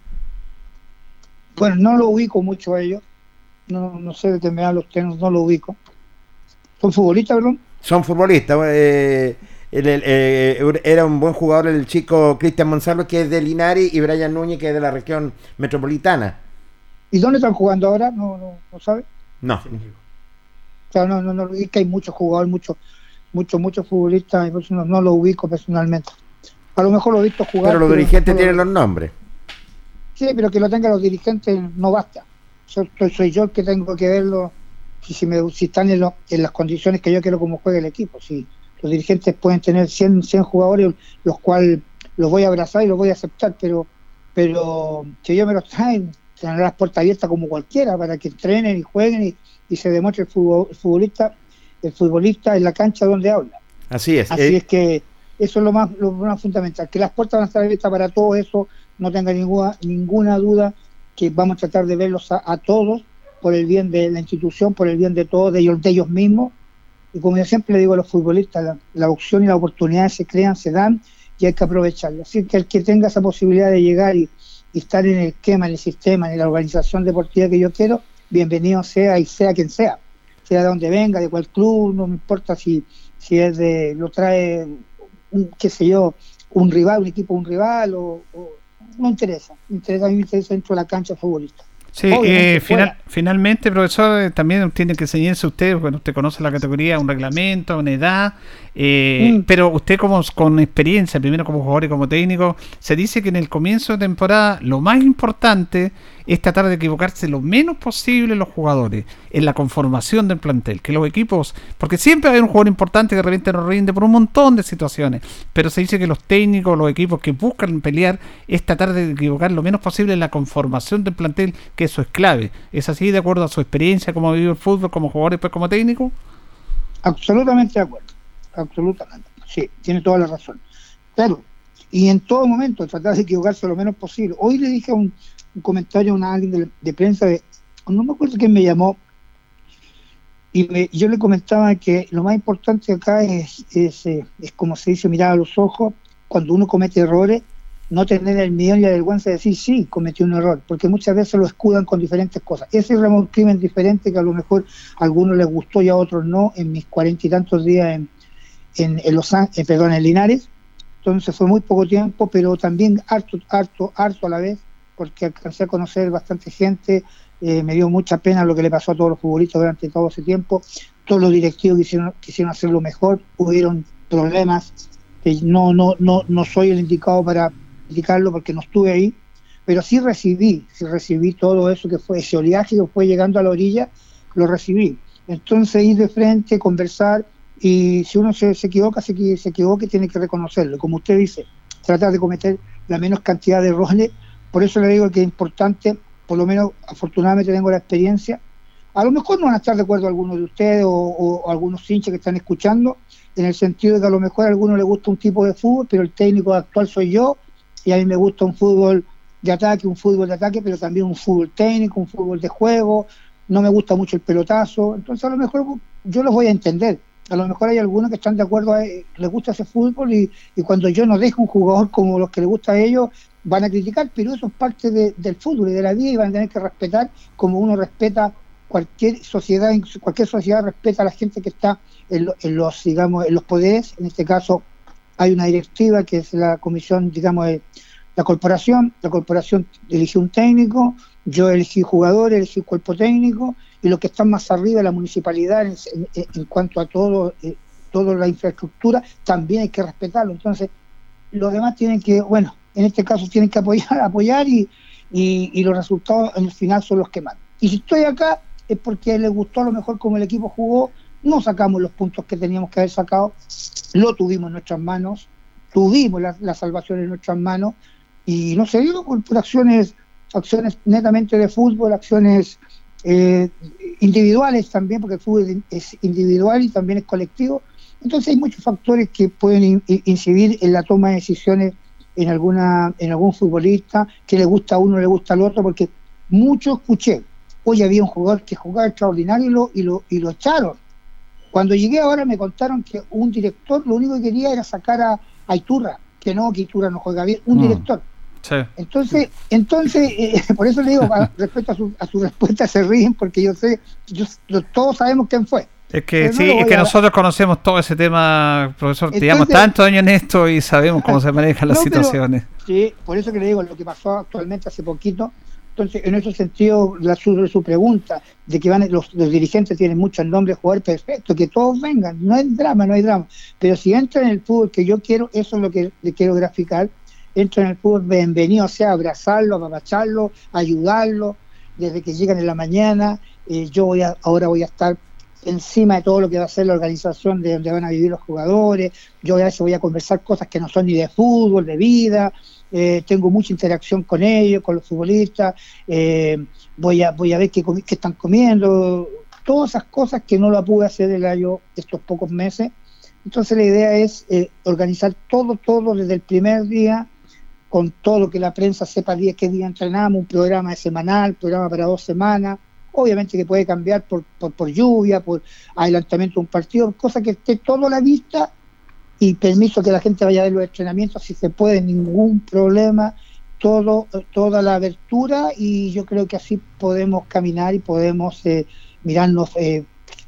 N: Bueno, no lo ubico mucho a ellos, no, no sé de qué me hablan los tenos, no lo ubico. ¿Son futbolistas, perdón?
E: Son futbolistas, eh, el, el, eh, era un buen jugador el chico Cristian Monsalve, que es de Linares, y Brian Núñez, que es de la región metropolitana.
N: ¿Y dónde están jugando ahora? ¿No, no, no sabe?
E: No.
N: O sea, no, no, no, es que hay muchos jugadores, muchos, muchos, muchos futbolistas, y por eso no, no lo ubico personalmente. A lo mejor lo he visto jugar.
E: Pero los
N: pero
E: dirigentes
N: no
E: tienen
N: lo...
E: los nombres.
N: Sí, pero que lo tengan los dirigentes no basta. Soy, soy yo el que tengo que verlo, si, si, me, si están en, lo, en las condiciones que yo quiero como juegue el equipo. Si los dirigentes pueden tener cien, cien jugadores, los cuales los voy a abrazar y los voy a aceptar, pero pero que ellos me los traen, tener las puertas abiertas como cualquiera, para que entrenen y jueguen y y se demuestre el, fútbol, el futbolista el futbolista en la cancha donde habla.
E: Así es.
N: Así eh. es que eso es lo más, lo más fundamental, que las puertas van a estar abiertas para todo eso, no tenga ninguna ninguna duda que vamos a tratar de verlos a, a todos, por el bien de la institución, por el bien de todos, de ellos, de ellos mismos, y como yo siempre le digo a los futbolistas, la, la opción y la oportunidad se crean, se dan, y hay que aprovecharlas. Así que el que tenga esa posibilidad de llegar y, y estar en el esquema, en el sistema, en la organización deportiva que yo quiero, bienvenido sea y sea quien sea, sea de donde venga, de cuál club, no me importa si, si es de, lo trae, un, qué sé yo, un rival, un equipo, un rival, o, o no interesa, me interesa, a mí me interesa dentro de la cancha futbolista.
D: Sí, eh, final, finalmente, profesor, eh, también tiene que enseñarse usted, bueno, usted conoce la categoría, un reglamento, una edad, eh, mm. pero usted como con experiencia, primero como jugador y como técnico, se dice que en el comienzo de temporada lo más importante es tratar de equivocarse lo menos posible los jugadores en la conformación del plantel, que los equipos, porque siempre hay un jugador importante que de repente no rinde por un montón de situaciones, pero se dice que los técnicos, los equipos que buscan pelear es tratar de equivocar lo menos posible en la conformación del plantel, que eso es clave. ¿Es así de acuerdo a su experiencia como ha vivido el fútbol como jugador y después como técnico?
N: Absolutamente de acuerdo, absolutamente, sí, tiene toda la razón. Pero, y en todo momento tratar de equivocarse lo menos posible. Hoy le dije a un un comentario a una alguien de, de prensa, de, no me acuerdo quién me llamó, y me, yo le comentaba que lo más importante acá es, es, es, es como se dice, mirar a los ojos, cuando uno comete errores, no tener el miedo y la vergüenza de decir, sí, cometí un error, porque muchas veces lo escudan con diferentes cosas. Ese es un crimen diferente que a lo mejor a algunos les gustó y a otros no, en mis cuarenta y tantos días en, en, en Los Ángeles, perdón, en Linares. Entonces fue muy poco tiempo, pero también harto, harto, harto a la vez, porque alcancé a conocer bastante gente, eh, me dio mucha pena lo que le pasó a todos los futbolistas durante todo ese tiempo, todos los directivos quisieron, quisieron hacerlo mejor, hubieron problemas, que no, no, no, no soy el indicado para criticarlo porque no estuve ahí, pero sí recibí, sí recibí todo eso que fue, ese oleaje que fue llegando a la orilla, lo recibí. Entonces ir de frente, conversar, y si uno se, se equivoca, se, se equivoca y tiene que reconocerlo, como usted dice, tratar de cometer la menos cantidad de errores. Por eso le digo que es importante, por lo menos afortunadamente tengo la experiencia. A lo mejor no van a estar de acuerdo algunos de ustedes o, o, o algunos hinchas que están escuchando, en el sentido de que a lo mejor a algunos les gusta un tipo de fútbol, pero el técnico actual soy yo, y a mí me gusta un fútbol de ataque, un fútbol de ataque, pero también un fútbol técnico, un fútbol de juego, no me gusta mucho el pelotazo, entonces a lo mejor yo los voy a entender. A lo mejor hay algunos que están de acuerdo, a, les gusta ese fútbol y, y cuando yo no dejo un jugador como los que les gusta a ellos, van a criticar, pero eso es parte de, del fútbol y de la vida, y van a tener que respetar como uno respeta cualquier sociedad. Cualquier sociedad respeta a la gente que está en, lo, en los, digamos, en los poderes. En este caso hay una directiva que es la comisión, digamos, de la corporación. La corporación eligió un técnico, yo elegí jugadores, elegí cuerpo técnico, y los que están más arriba, la municipalidad, en, en, en cuanto a todo, eh, toda la infraestructura, también hay que respetarlo. Entonces, los demás tienen que, bueno, en este caso tienen que apoyar, apoyar y, y, y los resultados en el final son los que mandan. Y si estoy acá es porque les gustó a lo mejor como el equipo jugó, no sacamos los puntos que teníamos que haber sacado, lo tuvimos en nuestras manos, tuvimos la, la salvación en nuestras manos, y no se dio por, por acciones, acciones netamente de fútbol, acciones eh, individuales también, porque el fútbol es individual y también es colectivo. Entonces hay muchos factores que pueden in, incidir en la toma de decisiones en alguna en algún futbolista, que le gusta a uno, le gusta al otro, porque mucho escuché, hoy había un jugador que jugaba extraordinario y lo, y lo, y lo echaron. Cuando llegué ahora me contaron que un director lo único que quería era sacar a, a Iturra, que no, que Iturra no juega bien, un mm. director.
D: Sí.
N: Entonces, entonces eh, por eso le digo, a, respecto a su, a su respuesta se ríen, porque yo sé, yo, todos sabemos quién fue.
D: Es que no sí, es que a... nosotros conocemos todo ese tema, profesor, Entonces, llevamos tantos años en esto y sabemos cómo se manejan las no, situaciones.
N: Pero, sí, por eso que le digo lo que pasó actualmente hace poquito. Entonces, en ese sentido, la, su, su pregunta de que van los, los dirigentes tienen muchos nombres de jugadores, perfecto, que todos vengan, no hay drama, no hay drama. Pero si entran en el fútbol que yo quiero, eso es lo que le quiero graficar, entran en el fútbol, bienvenido, o sea, abrazarlo, apapacharlo, ayudarlo, desde que llegan en la mañana. Eh, yo voy a, ahora voy a estar encima de todo lo que va a ser la organización de donde van a vivir los jugadores. Yo a veces voy a conversar cosas que no son ni de fútbol, de vida. Eh, tengo mucha interacción con ellos, con los futbolistas. Eh, voy a voy a ver qué, qué están comiendo, todas esas cosas que no la pude hacer el año estos pocos meses. Entonces la idea es eh, organizar todo, todo desde el primer día, con todo lo que la prensa sepa día qué día entrenamos, un programa de semanal, programa para dos semanas. Obviamente que puede cambiar por, por, por lluvia, por adelantamiento de un partido, cosa que esté todo a la vista, y permiso que la gente vaya a ver los entrenamientos si se puede, ningún problema, todo toda la abertura, y yo creo que así podemos caminar y podemos eh, mirarnos eh,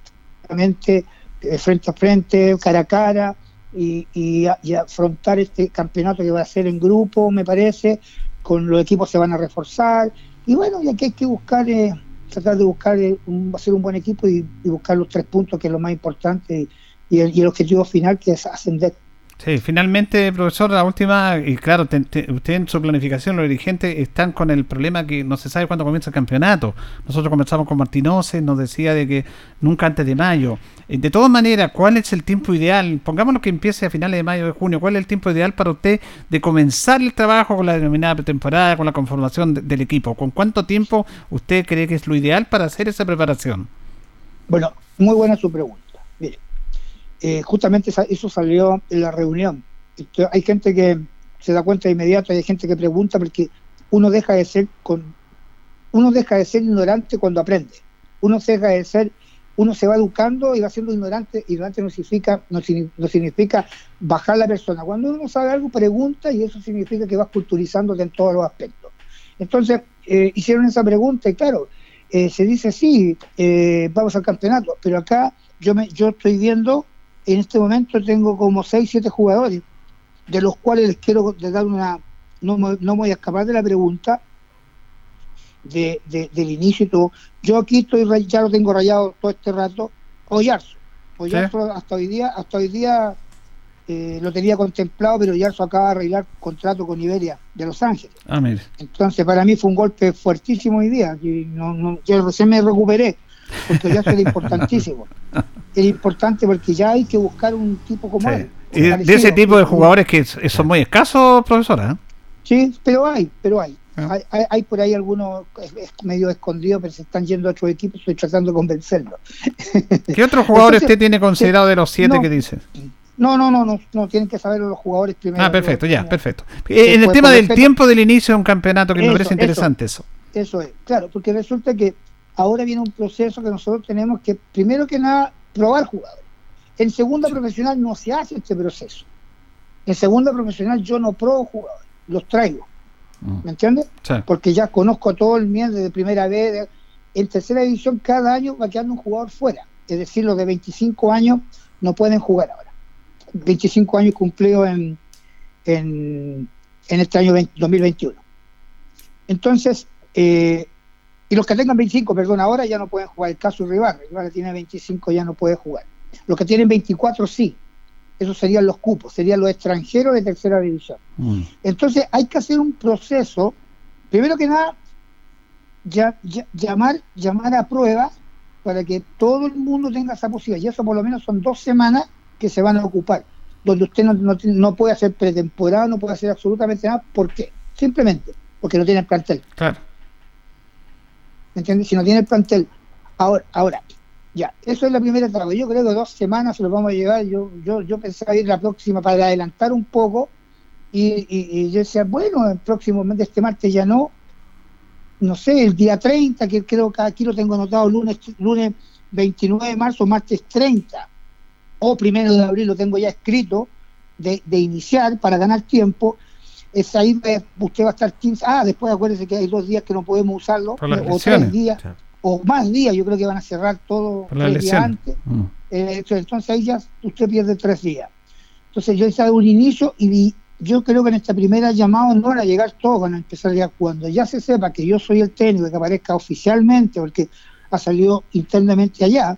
N: eh, frente a frente, cara a cara, y, y, y afrontar este campeonato que va a ser en grupo, me parece, con los equipos se van a reforzar, y bueno, y aquí hay que buscar... Eh, tratar de buscar eh, un, hacer un buen equipo y, y buscar los tres puntos, que es lo más importante, y, y, el, y el objetivo final, que es ascender.
D: Sí, finalmente, profesor, la última, y claro, te, te, usted en su planificación, los dirigentes están con el problema que no se sabe cuándo comienza el campeonato. Nosotros conversamos con Martinose, nos decía de que nunca antes de mayo. De todas maneras, ¿cuál es el tiempo ideal? Pongámonos que empiece a finales de mayo, de junio. ¿Cuál es el tiempo ideal para usted de comenzar el trabajo con la denominada pretemporada, con la conformación de, del equipo? ¿Con cuánto tiempo usted cree que es lo ideal para hacer esa preparación?
N: Bueno, muy buena su pregunta. Mire, eh, justamente eso salió en la reunión. Entonces, hay gente que se da cuenta de inmediato, hay gente que pregunta, porque uno deja de ser con, uno deja de ser ignorante cuando aprende. Uno deja de ser uno se va educando y va siendo ignorante. Ignorante no significa, no, no significa bajar la persona. Cuando uno sabe algo, pregunta, y eso significa que vas culturizándote en todos los aspectos. Entonces, eh, hicieron esa pregunta, y claro, eh, se dice sí, eh, vamos al campeonato, pero acá yo me yo estoy viendo, en este momento tengo como seis, siete jugadores, de los cuales les quiero dar una, no, no me voy a escapar de la pregunta, De, de, del inicio y todo. Yo aquí estoy, ya lo tengo rayado todo este rato, Oyarzo. Oyarzo ¿Sí? hasta hoy día, hasta hoy día eh, lo tenía contemplado, pero Oyarzo acaba de arreglar contrato con Iberia de Los Ángeles.
D: Ah, mire.
N: Entonces para mí fue un golpe fuertísimo hoy día. Y no, no, yo recién me recuperé, porque Oyarzo era importantísimo. Era importante porque ya hay que buscar un tipo como sí. él.
D: Y de, de ese tipo de jugadores que son muy escasos, profesora. ¿eh?
N: Sí, pero hay, pero hay. Hay, hay, hay por ahí algunos medio escondidos, pero se están yendo a otros equipos, estoy tratando de convencerlos.
D: ¿Qué otros jugadores Entonces, usted tiene considerado de los siete
N: no,
D: que dice?
N: No, no, no, no, no, tienen que saber los jugadores primero.
D: Ah, perfecto, ya, perfecto. Eh, en el tema del tiempo del inicio de un campeonato, que eso, me parece interesante eso,
N: eso. Eso es, claro, porque resulta que ahora viene un proceso que nosotros tenemos que, primero que nada, probar jugadores. En segunda sí. profesional no se hace este proceso. En segunda profesional yo no pruebo jugadores, los traigo. ¿me entiendes?
D: Sí.
N: Porque ya conozco todo el miedo de primera vez. De, en tercera división cada año va quedando un jugador fuera, es decir, los de veinticinco años no pueden jugar ahora. veinticinco años cumplidos en, en, en este año veinte, dos mil veintiuno. Entonces, eh, y los que tengan veinticinco, perdón, ahora ya no pueden jugar. El caso Ribarra, Ribarra tiene veinticinco, ya no puede jugar. Los que tienen veinticuatro sí, esos serían los cupos, serían los extranjeros de tercera división. Mm. Entonces hay que hacer un proceso, primero que nada, ya, ya, llamar, llamar a pruebas para que todo el mundo tenga esa posibilidad, y eso por lo menos son dos semanas que se van a ocupar, donde usted no, no, no puede hacer pretemporada, no puede hacer absolutamente nada. ¿Por qué? Simplemente porque no tiene el plantel.
D: Claro.
N: ¿Me entiendes? Si no tiene el plantel. Ahora, ahora, ya, eso es la primera etapa. Yo creo que dos semanas se lo vamos a llevar. Yo yo yo pensaba ir la próxima para adelantar un poco, y, y, y yo decía, bueno, el próximo mes de este martes ya no, no sé, el día treinta, que creo que aquí lo tengo anotado, lunes, lunes veintinueve de marzo, martes treinta, o primero de abril lo tengo ya escrito, de, de iniciar para ganar tiempo. Es ahí usted va a estar quince, ah, después acuérdese que hay dos días que no podemos usarlo, o tres días, sí, o más días. Yo creo que van a cerrar todo tres días antes. Mm. Eh, entonces ahí ya usted pierde tres días. Entonces yo hice un inicio, y yo creo que en esta primera llamada no van a llegar todos, van a empezar ya cuando ya se sepa que yo soy el técnico, que aparezca oficialmente, porque ha salido internamente allá.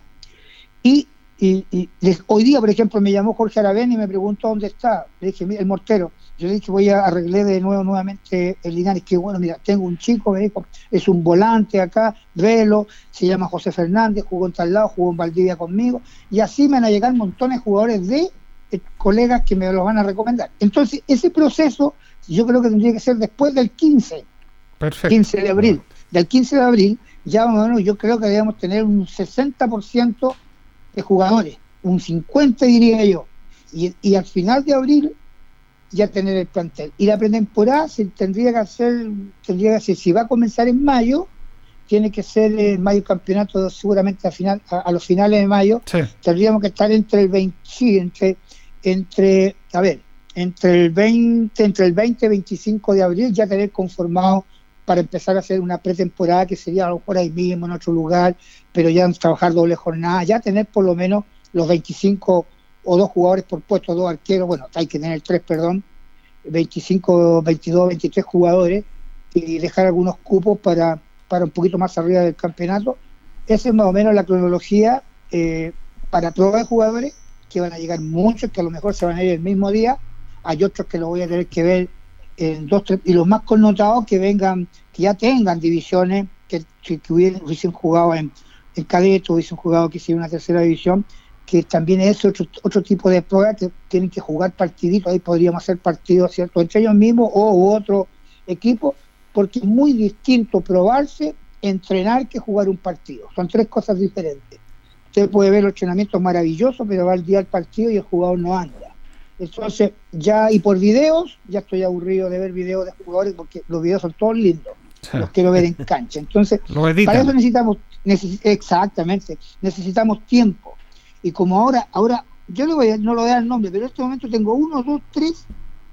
N: Y, y, y les, hoy día, por ejemplo, me llamó Jorge Aravena y me preguntó dónde está. Le dije, mira, el mortero. Yo le dije, voy a arreglar de nuevo nuevamente el Linares. Que bueno, mira, tengo un chico, me dijo, es un volante acá, velo, se llama José Fernández, jugó en tal lado, jugó en Valdivia conmigo, y así me van a llegar montones de jugadores de eh, colegas que me los van a recomendar. Entonces, ese proceso yo creo que tendría que ser después del quince. Perfecto. quince de abril. Del quince de abril, ya bueno, yo creo que debemos tener un sesenta por ciento de jugadores, un cincuenta por ciento diría yo, y, y al final de abril ya tener el plantel. Y la pretemporada se tendría que hacer, tendría que hacer, si va a comenzar en mayo, tiene que ser en mayo el campeonato, seguramente a final, a, a los finales de mayo. Sí. Tendríamos que estar entre el veinte, sí, entre, entre, a ver, entre el veinte, entre el veinte y veinticinco de abril, ya tener conformado para empezar a hacer una pretemporada, que sería a lo mejor ahí mismo en otro lugar, pero ya trabajar doble jornada, ya tener por lo menos los veinticinco o dos jugadores por puesto, dos arqueros, bueno, hay que tener tres, perdón, veinticinco, veintidós, veintitrés jugadores, y dejar algunos cupos para, para un poquito más arriba del campeonato. Esa es más o menos la cronología eh, para prueba de jugadores, que van a llegar muchos, que a lo mejor se van a ir el mismo día, hay otros que lo voy a tener que ver en dos, tres, y los más connotados que vengan, que ya tengan divisiones, que, que, que hubiesen, hubiesen jugado en, en cadete, hubiesen jugado que sea una tercera división, que también es otro, otro tipo de prueba, que tienen que jugar partiditos. Ahí podríamos hacer partidos, ¿cierto?, entre ellos mismos o u otro equipo, porque es muy distinto probarse, entrenar, que jugar un partido. Son tres cosas diferentes. Usted puede ver los entrenamientos maravillosos, pero va al día del partido y el jugador no anda. Entonces, ya, y por videos, ya estoy aburrido de ver videos de jugadores, porque los videos son todos lindos, sí, los quiero ver en cancha. Entonces, para eso necesitamos, neces- exactamente, necesitamos tiempo. Y como ahora, ahora yo le voy a, no le voy a dar el nombre, pero en este momento tengo uno, dos, tres,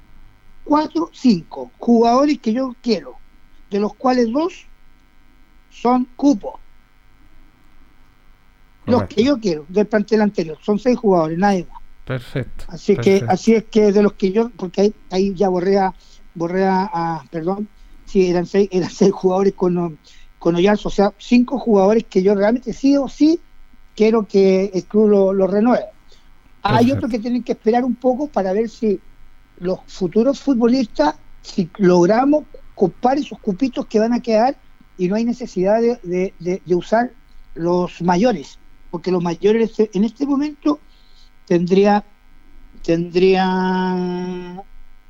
N: cuatro, cinco jugadores que yo quiero, de los cuales dos son cupos. Los Correcto. Que yo quiero, del plantel anterior, son seis jugadores, nadie más.
D: Perfecto.
N: Así
D: perfecto.
N: que, así es que de los que yo, porque ahí, ahí ya borré a, borré a, a perdón, sí, eran seis, eran seis jugadores con, con Oyarzo, o sea, cinco jugadores que yo realmente sí o sí quiero que el club lo, lo renueve. Hay Perfecto. Otros que tienen que esperar un poco para ver si los futuros futbolistas, si logramos copar esos cupitos que van a quedar, y no hay necesidad de, de, de, de usar los mayores, porque los mayores en este momento tendría tendría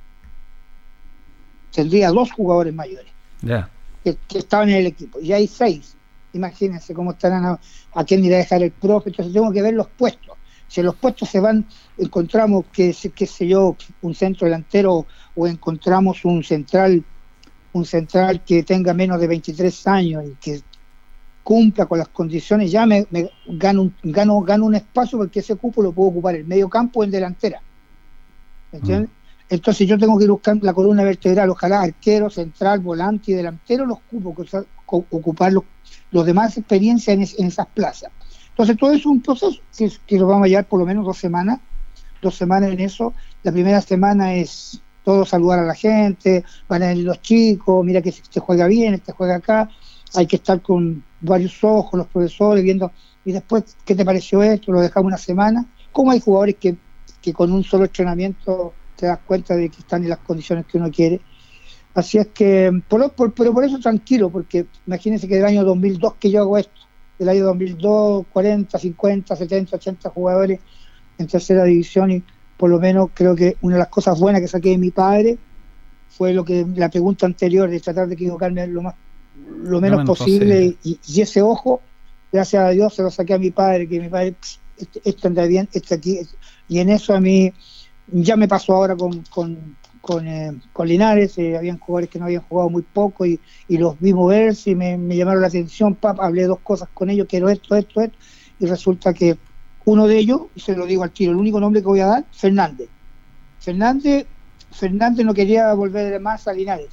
N: tendría dos jugadores mayores
D: yeah.
N: que, que estaban en el equipo, y hay seis. Imagínense cómo estarán, a, a quién irá a dejar el profe. Entonces tengo que ver los puestos. Si los puestos se van, encontramos que, qué sé yo, un centro delantero, o encontramos un central, un central que tenga menos de veintitrés años y que cumpla con las condiciones, ya me, me gano, un, gano, gano un espacio, porque ese cupo lo puedo ocupar en medio campo o en delantera. ¿Entiendes? Mm. Entonces yo tengo que ir buscando la columna vertebral, ojalá arquero, central, volante y delantero, los cupos, o sea, ocupar los, los demás experiencias en, es, en esas plazas. Entonces todo es un proceso que, que lo vamos a llevar por lo menos dos semanas, dos semanas en eso. La primera semana es todo saludar a la gente, van a venir los chicos, mira que este juega bien, este juega acá, hay que estar con varios ojos, los profesores, viendo, y después, ¿qué te pareció esto? Lo dejamos una semana. Como hay jugadores que, que con un solo entrenamiento te das cuenta de que están en las condiciones que uno quiere. Así es que, por, por, pero por eso tranquilo, porque imagínense que del año dos mil dos que yo hago esto, del año dos mil dos, cuarenta, cincuenta, setenta, ochenta jugadores en tercera división, y por lo menos creo que una de las cosas buenas que saqué de mi padre fue lo que la pregunta anterior, de tratar de equivocarme lo más lo menos, menos posible, posible. Y, y ese ojo, gracias a Dios, se lo saqué a mi padre, que mi padre, este, esto anda bien, este aquí, y en eso a mí ya me pasó ahora con con, con, eh, con Linares, eh, habían jugadores que no habían jugado muy poco y, y los vi moverse y me, me llamaron la atención, papá, hablé dos cosas con ellos, quiero esto, esto, esto, y resulta que uno de ellos, y se lo digo al tiro, el único nombre que voy a dar, Fernández. Fernández, Fernández no quería volver más a Linares,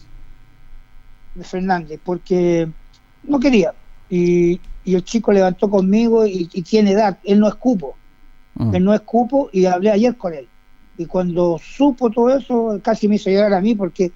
N: de Fernández, porque no quería, y, y el chico levantó conmigo y, y tiene edad, él no es cupo, mm. él no es cupo, y hablé ayer con él. Y cuando supo todo eso, casi me hizo llorar a mí, porque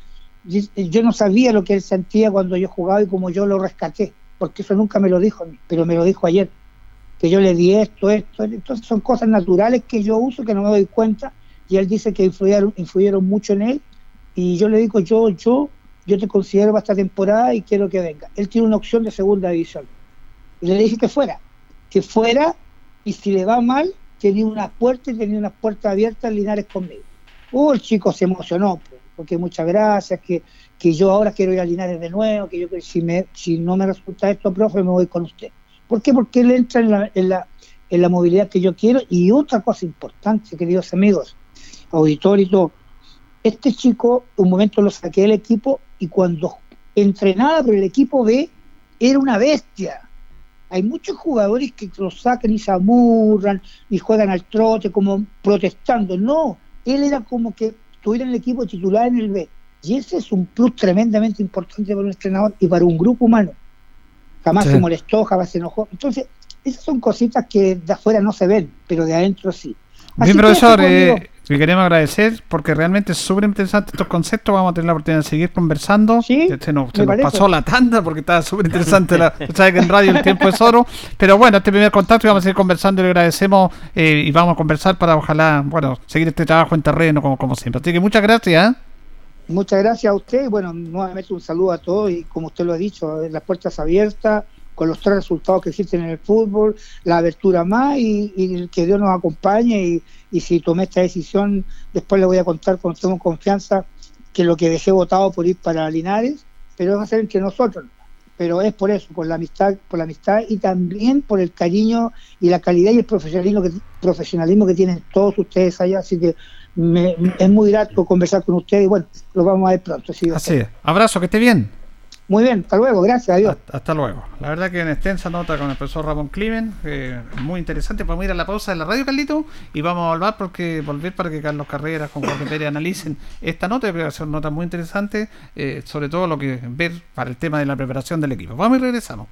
N: yo no sabía lo que él sentía cuando yo jugaba y como yo lo rescaté, porque eso nunca me lo dijo, pero me lo dijo ayer, que yo le di esto, esto, entonces son cosas naturales que yo uso, que no me doy cuenta, y él dice que influyeron, influyeron mucho en él, y yo le digo, yo, yo, yo te considero para esta temporada y quiero que venga. Él tiene una opción de segunda división, y le dije que fuera, que fuera, y si le va mal, tenía una puerta y tenía unas puertas abiertas en Linares conmigo. Oh, el chico se emocionó, porque muchas gracias, que, que yo ahora quiero ir a Linares de nuevo, que yo si, me, si no me resulta esto, profe, me voy con usted. ¿Por qué? Porque él entra en la, en la, en la movilidad que yo quiero. Y otra cosa importante, queridos amigos, auditorio y todo, este chico, un momento lo saqué del equipo y cuando entrenaba por el equipo B, era una bestia. Hay muchos jugadores que lo sacan y se amurran y juegan al trote como protestando. No, él era como que estuviera en el equipo titular en el B. Y ese es un plus tremendamente importante para un entrenador y para un grupo humano. Jamás sí. se molestó, jamás se enojó. Entonces, esas son cositas que de afuera no se ven, pero de adentro sí.
D: Así Bien, profesor, eh, le queremos agradecer porque realmente es súper interesante estos conceptos. Vamos a tener la oportunidad de seguir conversando. Sí, se nos, se nos pasó la tanda porque estaba súper interesante. la, sabes que en radio el tiempo es oro. Pero bueno, este primer contacto y vamos a seguir conversando y le agradecemos eh, y vamos a conversar para ojalá, bueno, seguir este trabajo en terreno como, como siempre. Así que muchas gracias. ¿eh?
N: Muchas gracias a usted. Bueno, nuevamente un saludo a todos y como usted lo ha dicho, las puertas abiertas, con los tres resultados que existen en el fútbol, la abertura más y, y que Dios nos acompañe y, y si tomé esta decisión, después le voy a contar cuando tengo confianza que lo que dejé votado por ir para Linares, pero va a ser entre nosotros, pero es por eso, por la amistad, por la amistad y también por el cariño y la calidad y el profesionalismo que, profesionalismo que tienen todos ustedes allá, así que me, es muy grato conversar con ustedes y bueno, lo vamos a ver pronto.
D: Sí, así es. Abrazo, que esté bien.
N: Muy bien, hasta luego, gracias, adiós.
D: Hasta, hasta luego. La verdad que en extensa nota con el profesor Ramón Climen, eh, muy interesante. Vamos a ir a la pausa de la radio, Carlito, y vamos a volver porque volver para que Carlos Carreras con Jorge Pérez analicen esta nota, que va a ser una nota muy interesante, eh, sobre todo lo que ver para el tema de la preparación del equipo. Vamos y regresamos.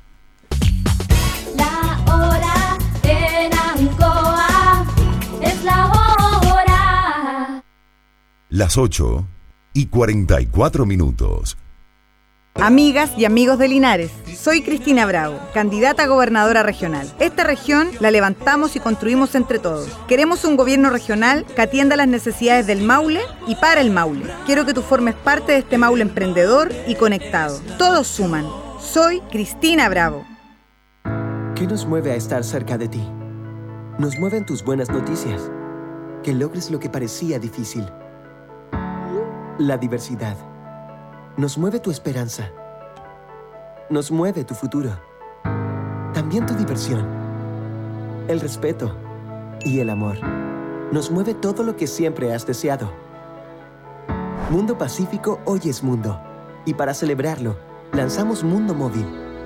C: La hora en Ancoa es la hora.
O: Las ocho y cuarenta y cuatro minutos.
P: Amigas y amigos de Linares, soy Cristina Bravo, candidata a gobernadora regional. Esta región la levantamos y construimos entre todos. Queremos un gobierno regional que atienda las necesidades del Maule y para el Maule. Quiero que tú formes parte de este Maule emprendedor y conectado. Todos suman. Soy Cristina Bravo.
Q: ¿Qué nos mueve a estar cerca de ti? Nos mueven tus buenas noticias. Que logres lo que parecía difícil. La diversidad. Nos mueve tu esperanza. Nos mueve tu futuro. También tu diversión. El respeto y el amor. Nos mueve todo lo que siempre has deseado. Mundo Pacífico hoy es mundo. Y para celebrarlo, lanzamos Mundo Móvil.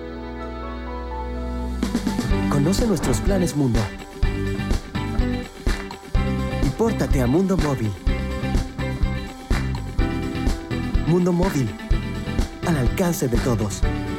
Q: Conoce nuestros planes Mundo. Y pórtate a Mundo Móvil. Mundo Móvil, al alcance de todos.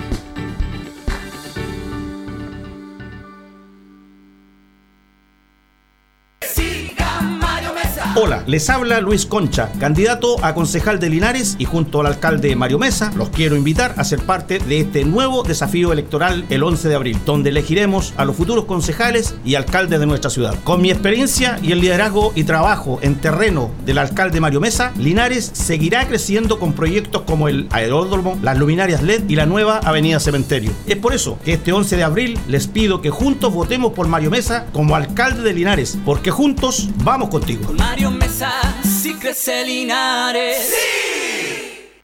R: Hola, les habla Luis Concha, candidato a concejal de Linares, y junto al alcalde Mario Mesa los quiero invitar a ser parte de este nuevo desafío electoral el once de abril, donde elegiremos a los futuros concejales y alcaldes de nuestra ciudad. Con mi experiencia y el liderazgo y trabajo en terreno del alcalde Mario Mesa, Linares seguirá creciendo con proyectos como el aeródromo, las luminarias L E D y la nueva avenida Cementerio. Es por eso que este once de abril les pido que juntos votemos por Mario Mesa como alcalde de Linares, porque juntos vamos contigo.
B: Mario Mesa, si crece Linares. ¡Sí!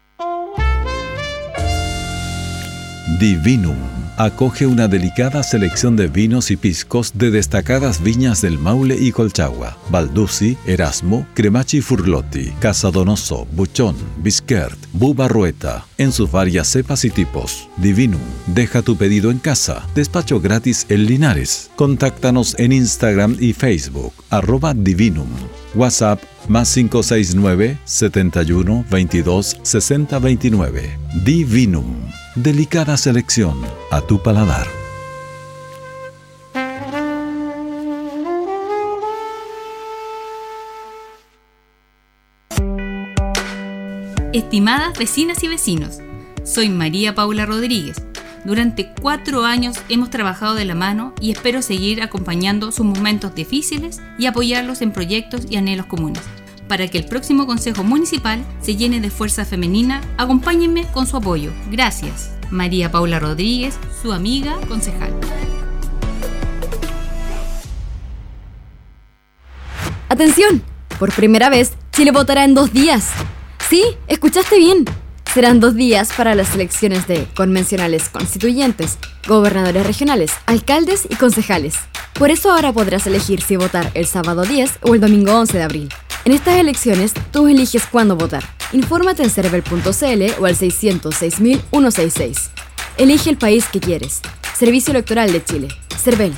G: Divinum acoge una delicada selección de vinos y piscos de destacadas viñas del Maule y Colchagua, Baldussi, Erasmo, Cremachi Furlotti, Casa Donoso, Buchón, Bisquert, Bubarrueta, en sus varias cepas y tipos. Divinum, deja tu pedido en casa, despacho gratis en Linares. Contáctanos en Instagram y Facebook, arroba Divinum. WhatsApp más cinco seis nueve, setenta y uno, veintidós, sesenta, veintinueve. Divinum. Delicada selección a tu paladar.
S: Estimadas vecinas y vecinos, soy María Paula Rodríguez. Durante cuatro años hemos trabajado de la mano y espero seguir acompañando sus momentos difíciles y apoyarlos en proyectos y anhelos comunes. Para que el próximo Consejo Municipal se llene de fuerza femenina, acompáñenme con su apoyo. Gracias. María Paula Rodríguez, su amiga concejal.
I: ¡Atención! Por primera vez, Chile votará en dos días. Sí, escuchaste bien. Serán dos días para las elecciones de convencionales constituyentes, gobernadores regionales, alcaldes y concejales. Por eso ahora podrás elegir si votar el sábado diez o el domingo once de abril. En estas elecciones, tú eliges cuándo votar. Infórmate en cervel punto c l o al seiscientos seis mil ciento sesenta y seis. Elige el país que quieres. Servicio Electoral de Chile. Cervel.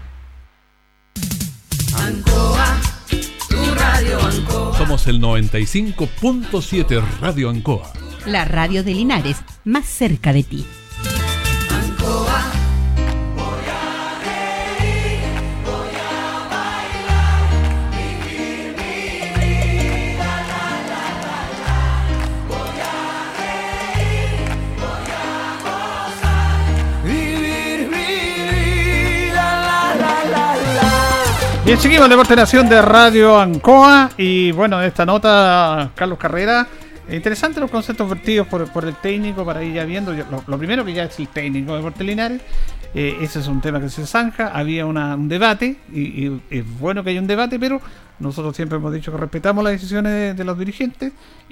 B: Ancoa, tu radio Ancoa.
K: Somos el noventa y cinco punto siete Radio Ancoa.
L: La radio de Linares, más cerca de ti.
B: Ancoa. Voy a reír, voy a bailar, vivir mi vida, la, la, la, la. Voy a reír, voy a gozar, vivir mi vida, la, la, la, la.
D: Bien, seguimos Deporte Nación de Radio Ancoa. Y bueno, en esta nota, Carlos Carrera. Interesante los conceptos vertidos por, por el técnico para ir ya viendo. Lo, lo primero que ya es el técnico de Deportes Linares. Eh, ese es un tema que se zanja. Había una, un debate y, y es bueno que haya un debate, pero nosotros siempre hemos dicho que respetamos las decisiones de, de los dirigentes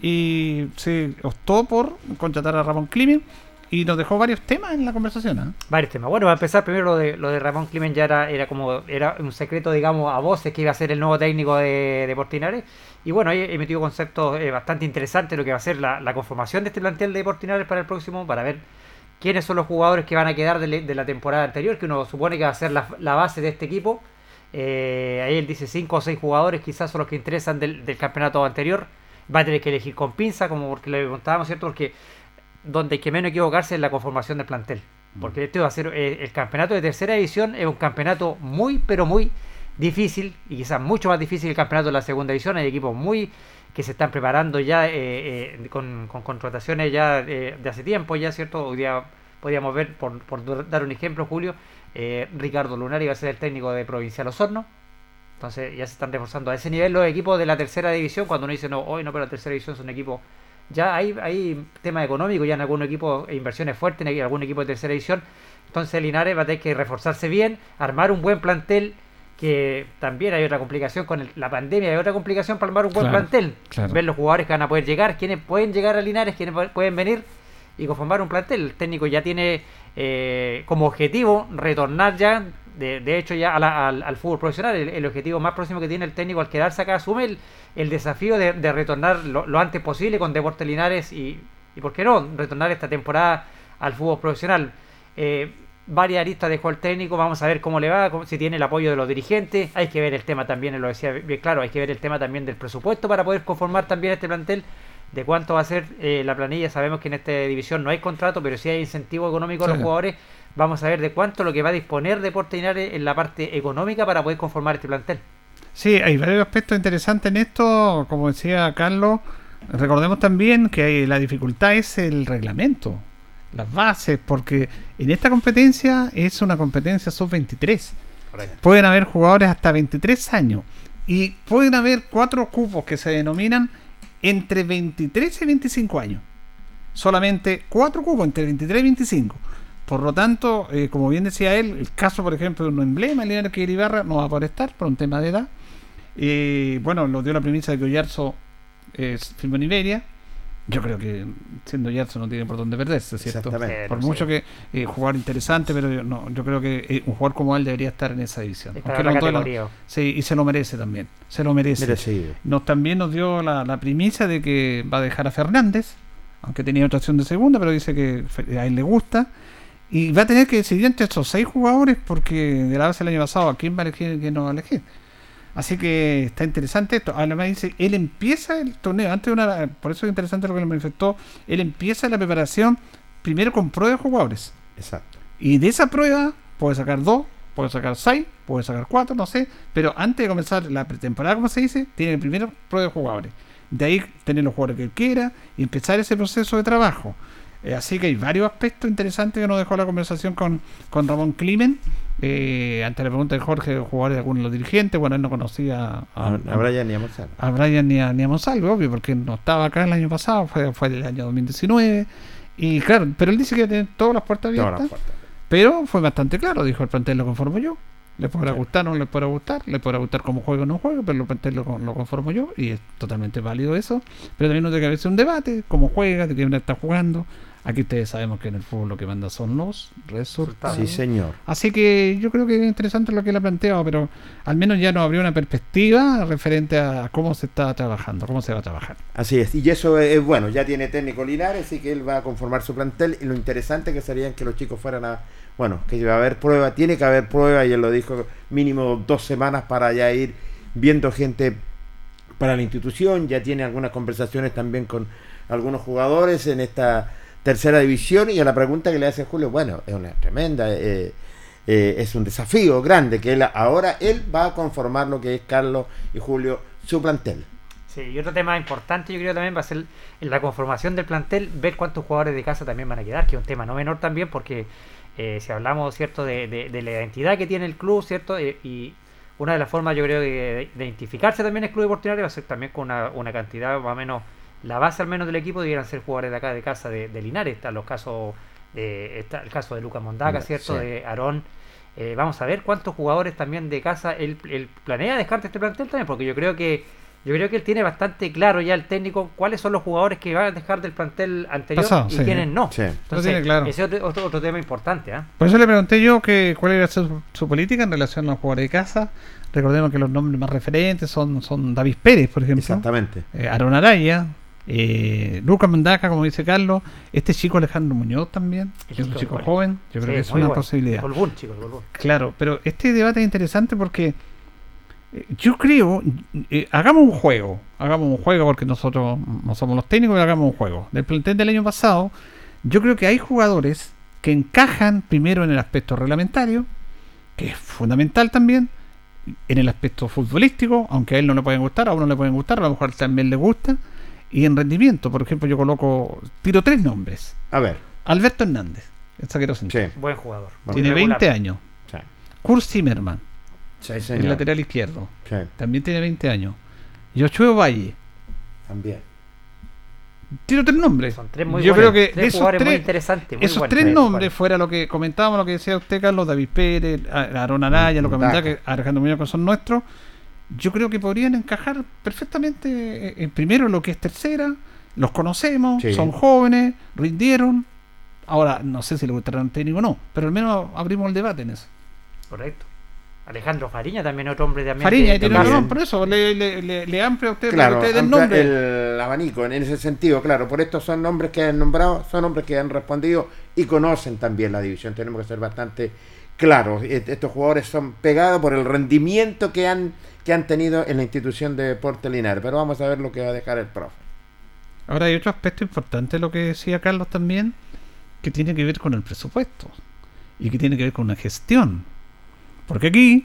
D: y se optó por contratar a Ramón Climen y nos dejó varios temas en la conversación. ¿eh?
M: Varios temas. Bueno, para empezar, primero lo de, lo de Ramón Climen ya era, era como era un secreto, digamos, a voces que iba a ser el nuevo técnico de Deportes Linares. Y bueno, ahí he metido conceptos eh, bastante interesantes de lo que va a ser la, la conformación de este plantel de Deportes Linares para el próximo, para ver quiénes son los jugadores que van a quedar de, de la temporada anterior, que uno supone que va a ser la, la base de este equipo. Eh, ahí él dice cinco o seis jugadores, quizás son los que interesan del, del campeonato anterior. Va a tener que elegir con pinza, como porque le contábamos, ¿cierto? Porque donde hay que menos equivocarse es la conformación del plantel. Porque este va a ser eh, el campeonato de tercera división, es un campeonato muy, pero muy difícil, y quizás mucho más difícil que el campeonato de la segunda división. Hay equipos muy que se están preparando ya eh, eh, con, con contrataciones ya eh, de hace tiempo ya, ¿cierto? Hoy día podríamos ver, por, por dar un ejemplo, Julio, eh, Ricardo Lunari va a ser el técnico de Provincial Osorno. Entonces ya se están reforzando a ese nivel los equipos de la tercera división. Cuando uno dice, no, hoy no, pero la tercera división son equipos, ya hay, hay temas económicos, ya en algunos equipos e inversiones fuertes, en algún equipo de tercera división. Entonces Linares va a tener que reforzarse bien, armar un buen plantel, que también hay otra complicación con el, la pandemia, hay otra complicación para armar un buen
D: claro,
M: plantel.
D: Claro.
M: Ver los jugadores que van a poder llegar, quiénes pueden llegar a Linares, quiénes pueden venir y conformar un plantel. El técnico ya tiene eh, como objetivo retornar ya, de, de hecho ya a la, al, al fútbol profesional. El, el objetivo más próximo que tiene el técnico al quedarse acá, asume el, el desafío de, de retornar lo, lo antes posible con Deportes Linares y, y por qué no, retornar esta temporada al fútbol profesional. Eh, varias aristas dejó el técnico, vamos a ver cómo le va, cómo, si tiene el apoyo de los dirigentes. Hay que ver el tema también, lo decía bien claro, hay que ver el tema también del presupuesto para poder conformar también este plantel, de cuánto va a ser eh, la planilla. Sabemos que en esta división no hay contrato, pero sí hay incentivo económico a
D: Sí.
M: los jugadores. Vamos a ver de cuánto lo que va a disponer Deportes Linares en la parte económica para poder conformar este plantel.
D: Sí, hay varios aspectos interesantes en esto, como decía Carlos. Recordemos también que hay, la dificultad es el reglamento, las bases, porque en esta competencia es una competencia sub veintitrés.
M: Correcto.
D: Pueden haber jugadores hasta veintitrés años y pueden haber cuatro cupos que se denominan entre veintitrés y veinticinco años. Solamente cuatro cupos entre veintitrés y veinticinco. Por lo tanto, eh, como bien decía él, el caso, por ejemplo, de un emblema, Linares que Ibarra no va a poder estar por un tema de edad. Y bueno, nos dio la premisa de que Oyarzo es firmó en Iberia. Yo creo que siendo Oyarzo no tiene por dónde perderse, ¿cierto?
E: Exactamente.
D: Por
M: Sí.
D: mucho que eh, jugador interesante, pero yo, no, yo creo que eh, un jugador como él debería estar en esa división.
M: Está
D: Aunque
M: en la
D: no toda la-
M: categoría.
D: sí, y se lo merece también. Se lo merece.
E: Merecido.
D: Nos también nos dio la, la primicia de que va a dejar a Fernández, aunque tenía otra opción de segunda, pero dice que fe- a él le gusta. Y va a tener que decidir entre estos seis jugadores, porque de la base del año pasado, ¿a quién va a elegir y quién no va a elegir? Así que está interesante esto. Además dice, él empieza el torneo, antes de una, por eso es interesante lo que le manifestó, él empieza la preparación primero con pruebas de jugadores.
E: Exacto.
D: Y de esa prueba puede sacar dos, puede sacar seis, puede sacar cuatro, no sé. Pero antes de comenzar la pretemporada, como se dice, tiene primero prueba de jugadores. De ahí tener los jugadores que él quiera y empezar ese proceso de trabajo. Eh, así que hay varios aspectos interesantes que nos dejó la conversación con, con Ramón Climen. Eh, ante la pregunta de Jorge, jugadores de algunos de los dirigentes, bueno, él no conocía a,
E: A, a Brian y a Monsalvo.
D: a Brian ni a, ni a Monsalve, obvio, porque no estaba acá el año pasado, fue, fue el año dos mil diecinueve. Y claro, pero él dice que tiene todas las puertas
E: Todas
D: abiertas.
E: las puertas.
D: Pero fue bastante claro, dijo: el plantel lo conformo yo. Le podrá gustar o no le podrá gustar, le podrá gustar como juego o no juego, pero el plantel lo, lo conformo yo, y es totalmente válido eso. Pero también no tiene que haberse un debate: cómo juega, de qué manera está jugando. Aquí ustedes sabemos que en el fútbol lo que manda son los resultados.
E: Sí, señor.
D: Así que yo creo que es interesante lo que él ha planteado, pero al menos ya nos abrió una perspectiva referente a cómo se está trabajando, cómo se va a trabajar.
E: Así es, y eso es bueno, ya tiene técnico Linares, así que él va a conformar su plantel, y lo interesante que sería que los chicos fueran a, bueno, que va a haber prueba, tiene que haber prueba, y él lo dijo, mínimo dos semanas para ya ir viendo gente para la institución. Ya tiene algunas conversaciones también con algunos jugadores en esta tercera división, y a la pregunta que le hace Julio, bueno, es una tremenda, eh, eh, es un desafío grande, que él ahora él va a conformar lo que es Carlos y Julio, su plantel.
M: Sí, y otro tema importante yo creo también va a ser en la conformación del plantel, ver cuántos jugadores de casa también van a quedar, que es un tema no menor también, porque eh, si hablamos, cierto, de, de, de la identidad que tiene el club, cierto, eh, y una de las formas yo creo de, de identificarse también el club deportivo va a ser también con una, una cantidad más o menos, la base al menos del equipo debieran ser jugadores de acá de casa de, de Linares. Están los casos de, está el caso de Lucas Mondaca, cierto,
E: sí.
M: de Aarón. Eh, vamos a ver cuántos jugadores también de casa él, él planea dejar de este plantel también, porque yo creo que yo creo que él tiene bastante claro ya el técnico cuáles son los jugadores que van a dejar del plantel anterior
D: Pasado,
M: y
D: sí.
M: quiénes no.
E: Sí.
M: Entonces,
D: Lo tiene claro.
M: ese es otro, otro, otro tema importante. ¿eh?
D: Por eso le pregunté yo que cuál era su, su política en relación a los jugadores de casa. Recordemos que los nombres más referentes son, son David Pérez, por ejemplo.
E: Exactamente.
D: Eh, Aaron Araya, eh, Lucas Mendaca, como dice Carlos, este chico Alejandro Muñoz también,
M: El
D: que es un
M: chico
D: chico
M: bueno.
D: joven, yo creo
M: Sí,
D: que es
M: muy
D: una
M: bueno.
D: posibilidad.
M: Colbún, chicos, Colbún.
D: Claro, pero este debate es interesante porque eh, yo creo, eh, hagamos un juego, hagamos un juego porque nosotros no somos los técnicos, pero hagamos un juego. Del plantel del año pasado, yo creo que hay jugadores que encajan primero en el aspecto reglamentario, que es fundamental también, en el aspecto futbolístico, aunque a él no le pueden gustar, a uno le pueden gustar, a lo mejor también le gusta, y en rendimiento. Por ejemplo, yo coloco, tiro tres nombres.
E: A ver.
D: Alberto Hernández, el zaguero central.
E: Sí.
M: Buen jugador.
D: Tiene
M: Regular.
D: veinte años.
E: Sí.
D: Kurt Zimmerman,
E: Sí,
D: el
E: señor.
D: lateral izquierdo,
E: Sí,
D: también tiene veinte años. Y Ochoa Valle,
E: también.
D: tiro tres nombres.
M: Son tres muy
D: Yo
M: buenos,
D: creo que
M: tres
D: de esos
M: jugadores muy
D: tres,
M: interesantes, muy
D: esos
M: buenos.
D: tres
M: Sí,
D: nombres,
M: jugadores.
D: fuera lo que comentábamos, lo que decía usted, Carlos, David Pérez, a- Aaron Araya, lo que
E: Mondaca.
D: comentaba, que Alejandro Muñoz, que son nuestros, yo creo que podrían encajar perfectamente eh, en primero lo que es tercera. Los conocemos,
E: Sí.
D: son jóvenes, rindieron. Ahora, no sé si le gustará un técnico o no, pero al menos abrimos el debate en eso.
M: Correcto. Alejandro Fariña también otro hombre también.
D: Fariña,
M: de-
D: ahí tiene
E: también.
D: razón, por eso le, le, le, le amplia a usted,
E: Claro,
D: para que usted dé el
E: amplia
D: nombre.
E: el abanico en ese sentido, claro, por estos son nombres que han nombrado, son nombres que han respondido y conocen también la división. Tenemos que ser bastante claros. Est- Estos jugadores son pegados por el rendimiento que han que han tenido en la institución de Deportes Linares, pero vamos a ver lo que va a dejar el profe.
D: Ahora hay otro aspecto importante, lo que decía Carlos también, que tiene que ver con el presupuesto y que tiene que ver con una gestión. Porque aquí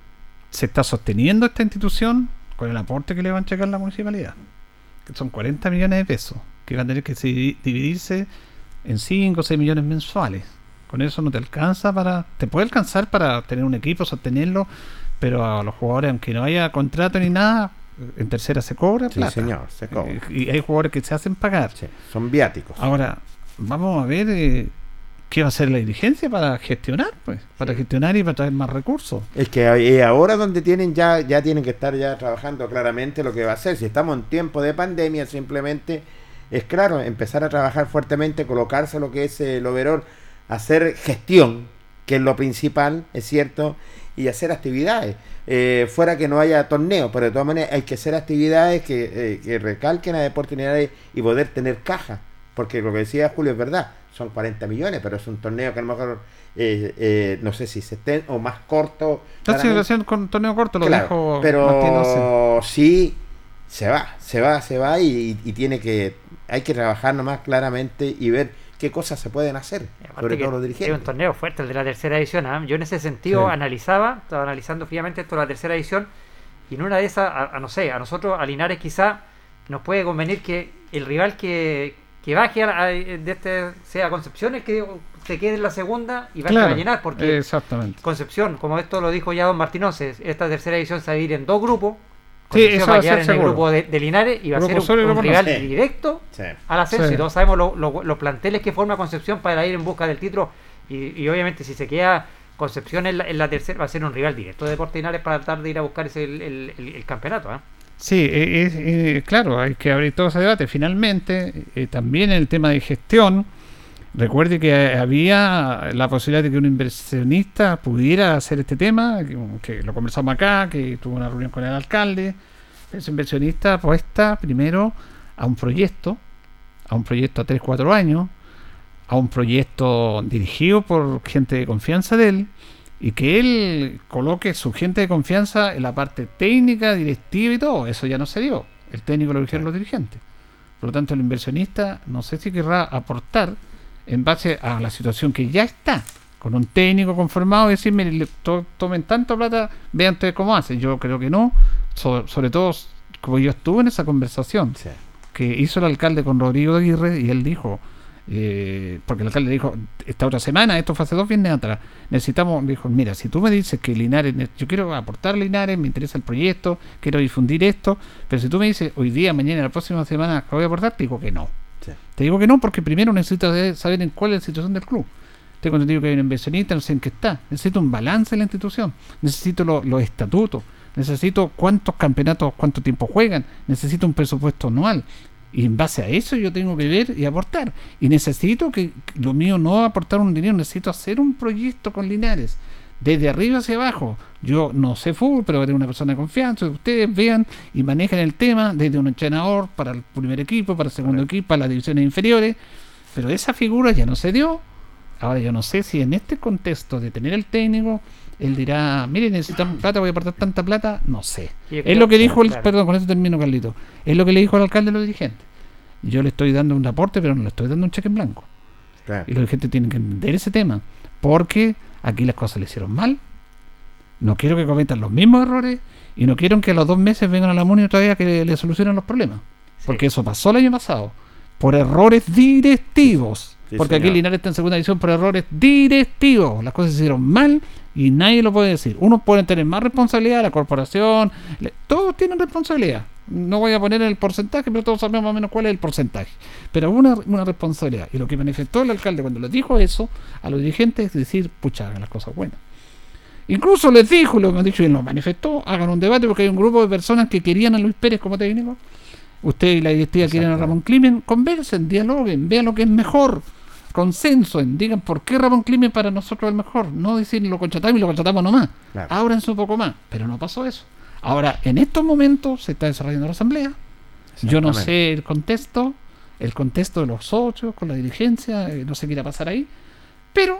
D: se está sosteniendo esta institución con el aporte que le va a entregar la municipalidad, que son cuarenta millones de pesos, que van a tener que dividirse en cinco o seis millones mensuales. Con eso no te alcanza para... Te puede alcanzar para tener un equipo, sostenerlo, pero a los jugadores, aunque no haya contrato ni nada, en tercera se cobra plata.
E: Sí, señor, se cobra.
D: Eh, y hay jugadores que se hacen pagar.
E: Sí, son viáticos.
D: Ahora, vamos a ver eh, qué va a hacer la dirigencia para gestionar, pues, para sí. gestionar y para traer más recursos.
E: Es que eh, ahora donde tienen ya, ya tienen que estar ya trabajando claramente lo que va a hacer. Si estamos en tiempo de pandemia, simplemente es claro, empezar a trabajar fuertemente, colocarse lo que es el overall, hacer gestión, que es lo principal, es cierto, y hacer actividades. Eh, fuera que no haya torneos, pero de todas maneras hay que hacer actividades que, eh, que recalquen a Deportes Linares y poder tener caja, porque lo que decía Julio es verdad, son cuarenta millones, pero es un torneo que a lo mejor eh, eh, no sé si se estén o más corto.
D: Casi con torneo corto lo
E: claro,
D: dijo
E: pero
D: Martín,
E: sí se va, se va, se va y, y, y tiene que, hay que trabajar nomás claramente y ver qué cosas se pueden hacer, sobre todo los dirigentes.
M: Es un torneo fuerte el de la tercera edición, ¿eh? Yo en ese sentido
E: sí.
M: analizaba, estaba analizando fríamente esto de la tercera edición, y en una de esas, a, a no sé, a nosotros, a Linares quizá nos puede convenir que el rival que, que baje a, a, de este sea Concepción, el que se quede en la segunda y va claro, a llenar, porque
D: exactamente.
M: Concepción, como esto lo dijo ya don Martínez, esta tercera edición se va a dividir en dos grupos.
D: Sí, eso
M: va a quedar en
D: seguro.
M: el grupo de, de Linares y va
D: grupo
M: a ser un, un rival
E: sí.
M: directo
E: sí.
M: al ascenso.
D: Sí.
M: Y todos sabemos los lo, lo planteles que forma Concepción para ir en busca del título. Y, y obviamente, si se queda Concepción en la, en la tercera, va a ser un rival directo de Deportes Linares para tratar de ir a buscar ese, el, el, el, el campeonato. ¿eh?
D: Sí, es, es, claro, hay que abrir todo ese debate. Finalmente, eh, también en el tema de gestión. Recuerde que había la posibilidad de que un inversionista pudiera hacer este tema, que, que lo conversamos acá, que tuvo una reunión con el alcalde. Ese inversionista apuesta primero a un proyecto, a un proyecto a tres cuatro años, a un proyecto dirigido por gente de confianza de él, y que él coloque su gente de confianza en la parte técnica, directiva y todo. Eso ya no se dio. El técnico lo dijeron los dirigentes. Por lo tanto, el inversionista no sé si querrá aportar en base a la situación que ya está, con un técnico conformado y decir, miren, to, tomen tanta plata, vean ustedes cómo hacen. Yo creo que no, so, sobre todo como yo estuve en esa conversación sí. que hizo el alcalde con Rodrigo Aguirre, y él dijo, eh, porque el alcalde dijo, esta otra semana, esto fue hace dos viernes atrás, necesitamos, dijo, mira, si tú me dices que Linares, yo quiero aportar Linares, me interesa el proyecto, quiero difundir esto, pero si tú me dices, hoy día, mañana, la próxima semana, ¿qué voy a aportar? Te digo que no. Sí. Te digo que no, porque primero necesito saber en cuál es la situación del club. Tengo entendido que hay un inversionista, no sé en qué está. Necesito un balance en la institución. Necesito lo, los estatutos. Necesito cuántos campeonatos, cuánto tiempo juegan. Necesito un presupuesto anual. Y en base a eso yo tengo que ver y aportar. Y necesito que lo mío no aportar un dinero. Necesito hacer un proyecto con Linares. Desde arriba hacia abajo. Yo no sé fútbol, pero tengo una persona de confianza. Ustedes vean y manejen el tema desde un entrenador para el primer equipo, para el segundo Correcto. equipo, para las divisiones inferiores. Pero esa figura ya no se dio. Ahora yo no sé si en este contexto de tener el técnico, él dirá, mire, necesitamos plata, voy a aportar tanta plata. No sé. Es lo que dijo, el, claro. perdón, con eso termino, Carlito. Es lo que le dijo el alcalde a los dirigentes. Yo le estoy dando un aporte, pero no le estoy dando un cheque en blanco. Claro. Y los dirigentes tienen que entender ese tema. Porque aquí las cosas le hicieron mal. No quiero que cometan los mismos errores y no quiero que a los dos meses vengan a la MUNI todavía que le, le solucionen los problemas. Sí. Porque eso pasó el año pasado. Por errores directivos. Sí, porque señor. Aquí Linares está en segunda división por errores directivos. Las cosas se hicieron mal y nadie lo puede decir. Unos pueden tener más responsabilidad, la corporación, le, todos tienen responsabilidad. No voy a poner el porcentaje, pero todos sabemos más o menos cuál es el porcentaje. Pero una, una responsabilidad. Y lo que manifestó el alcalde cuando les dijo eso a los dirigentes es decir, pucha, hagan las cosas buenas. Incluso les dijo, lo que han dicho y lo manifestó, hagan un debate porque hay un grupo de personas que querían a Luis Pérez como técnico. Usted y la directiva quieren a Ramón Climen, conversen, dialoguen, vean lo que es mejor, consensen, digan por qué Ramón Climen para nosotros es el mejor. No decir lo contratamos y lo contratamos nomás. Claro. Ábranse un poco más. Pero no pasó eso. Ahora, en estos momentos se está desarrollando la asamblea. Yo no sé el contexto, el contexto de los socios, con la dirigencia, eh, no sé qué irá a pasar ahí, pero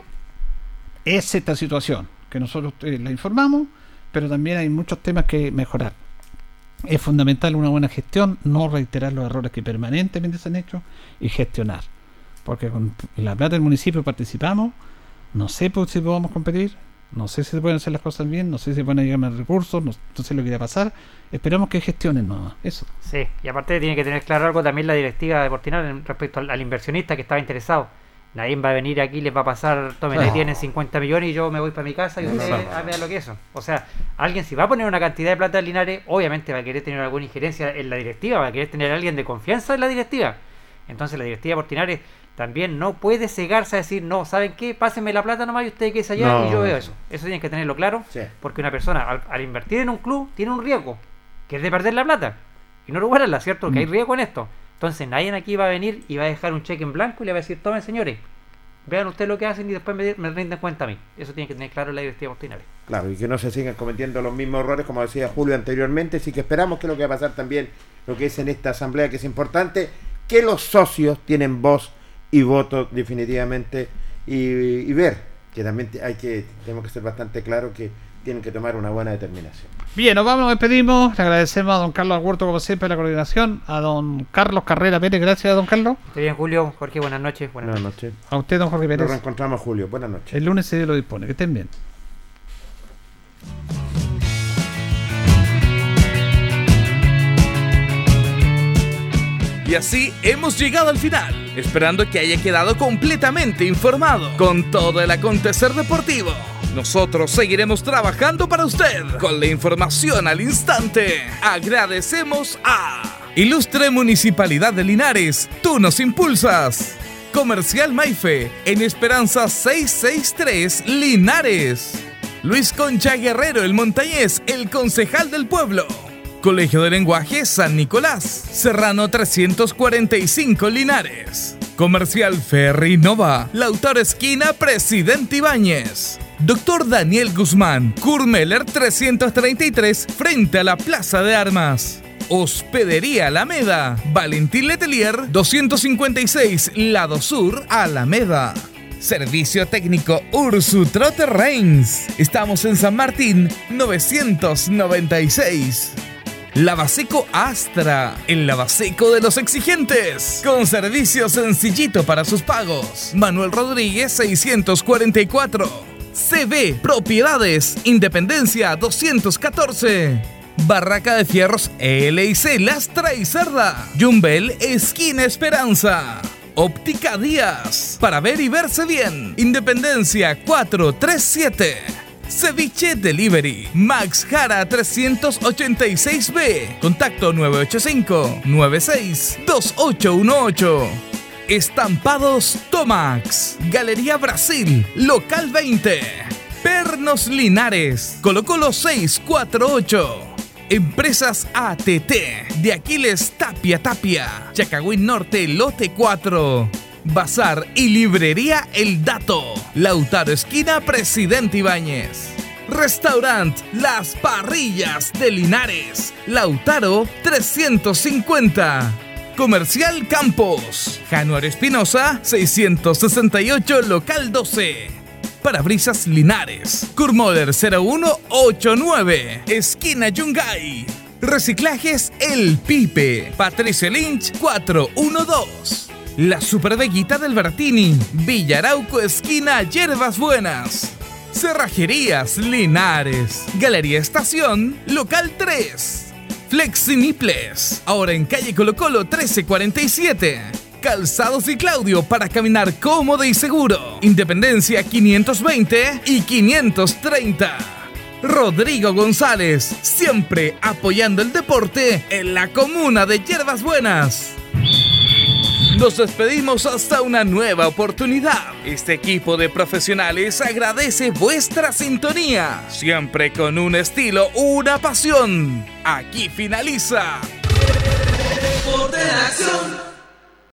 D: es esta situación que nosotros eh, la informamos, pero también hay muchos temas que mejorar. es fundamental una buena gestión, no reiterar los errores que permanentemente se han hecho y gestionar. Porque con la plata del municipio participamos, no sé pues, si podemos competir, no sé si se pueden hacer las cosas bien, no sé si se pueden llegar más recursos, no, no sé lo que irá a pasar. Esperamos que gestionen nomás, eso.
M: Sí, y aparte tiene que tener claro algo también la directiva de Portinari respecto al, al inversionista que estaba interesado. Nadie va a venir aquí y les va a pasar, tomen, ahí tienen cincuenta millones y yo me voy para mi casa y ustedes vean lo que es eso. O sea, alguien si va a poner una cantidad de plata en Linares, obviamente va a querer tener alguna injerencia en la directiva, va a querer tener a alguien de confianza en la directiva. Entonces la directiva de Portinari también no puede cegarse a decir, no, ¿saben qué? Pásenme la plata nomás y ustedes quédense allá no. y yo veo eso. Eso tienen que tenerlo claro, sí. Porque una persona al, al invertir en un club tiene un riesgo, que es de perder la plata y no recuperarla, ¿cierto? Que mm. hay riesgo en esto. Entonces nadie aquí va a venir y va a dejar un cheque en blanco y le va a decir, tomen señores, vean ustedes lo que hacen y después me, me rinden cuenta a mí. Eso tiene que tener claro la directiva Portinari.
E: Claro, y que no se sigan cometiendo los mismos errores, como decía Julio anteriormente. Así que esperamos que lo que va a pasar también, lo que es en esta asamblea, que es importante, que los socios tienen voz y voto definitivamente, y, y ver que también hay que, tenemos que ser bastante claros que tienen que tomar una buena determinación.
D: Bien, nos vamos, nos despedimos. Le agradecemos a don Carlos Alberto, como siempre, la coordinación. A don Carlos Carrera Pérez, gracias, don Carlos.
M: Muy bien, Julio. Jorge, buenas noches. Buenas,
E: buenas
M: noches.
E: noches.
D: A usted, don Jorge Pérez.
E: Nos reencontramos, Julio. Buenas noches.
D: El lunes se lo dispone. Que estén bien.
A: Y así hemos llegado al final, esperando que haya quedado completamente informado con todo el acontecer deportivo. Nosotros seguiremos trabajando para usted con la información al instante. Agradecemos a Ilustre Municipalidad de Linares, tú nos impulsas. Comercial Maife, en Esperanza seiscientos sesenta y tres, Linares. Luis Concha Guerrero, el montañés, el concejal del pueblo. Colegio de Lenguaje San Nicolás, Serrano trescientos cuarenta y cinco, Linares. Comercial Ferry Nova, Lautaro Esquina, Presidente Ibáñez. Doctor Daniel Guzmán, Kurmeller trescientos treinta y tres, frente a la Plaza de Armas. Hospedería Alameda, Valentín Letelier doscientos cincuenta y seis, Lado Sur, Alameda. Servicio técnico Ursu Trotter Reigns. Estamos en San Martín novecientos noventa y seis. Lavaseco Astra, el lavaseco de los exigentes, con servicio sencillito para sus pagos. Manuel Rodríguez seiscientos cuarenta y cuatro. C B Propiedades, Independencia doscientos catorce. Barraca de Fierros L I C Lastra y Cerda. Yumbel, esquina Esperanza. Óptica Díaz, para ver y verse bien. Independencia cuatrocientos treinta y siete. Ceviche Delivery, Max Jara trescientos ochenta y seis B. Contacto nueve ocho cinco, nueve seis, dos ocho uno ocho. Estampados Tomax, Galería Brasil, Local veinte. Pernos Linares, Colo Colo seiscientos cuarenta y ocho. Empresas A T T, de Aquiles Tapia Tapia, Chacagüín Norte, Lote cuatro. Bazar y Librería El Dato, Lautaro Esquina, Presidente Ibáñez. Restaurant Las Parrillas de Linares, Lautaro trescientos cincuenta. Comercial Campos, Januario Espinosa seiscientos sesenta y ocho, Local doce. Parabrisas Linares, Kurmoller cero uno ocho nueve, Esquina Yungay. Reciclajes El Pipe, Patricio Lynch cuatrocientos doce. La Super Veguita del Bertini, Villarauco, esquina Yerbas Buenas. Cerrajerías Linares, Galería Estación, Local tres. Flexiniples, ahora en calle Colo Colo trece cuarenta y siete. Calzados y Claudio, para caminar cómodo y seguro. Independencia quinientos veinte y quinientos treinta. Rodrigo González, siempre apoyando el deporte en la comuna de Yerbas Buenas. Nos despedimos hasta una nueva oportunidad. Este equipo de profesionales agradece vuestra sintonía, siempre con un estilo, una pasión. Aquí finaliza Deporte en Acción.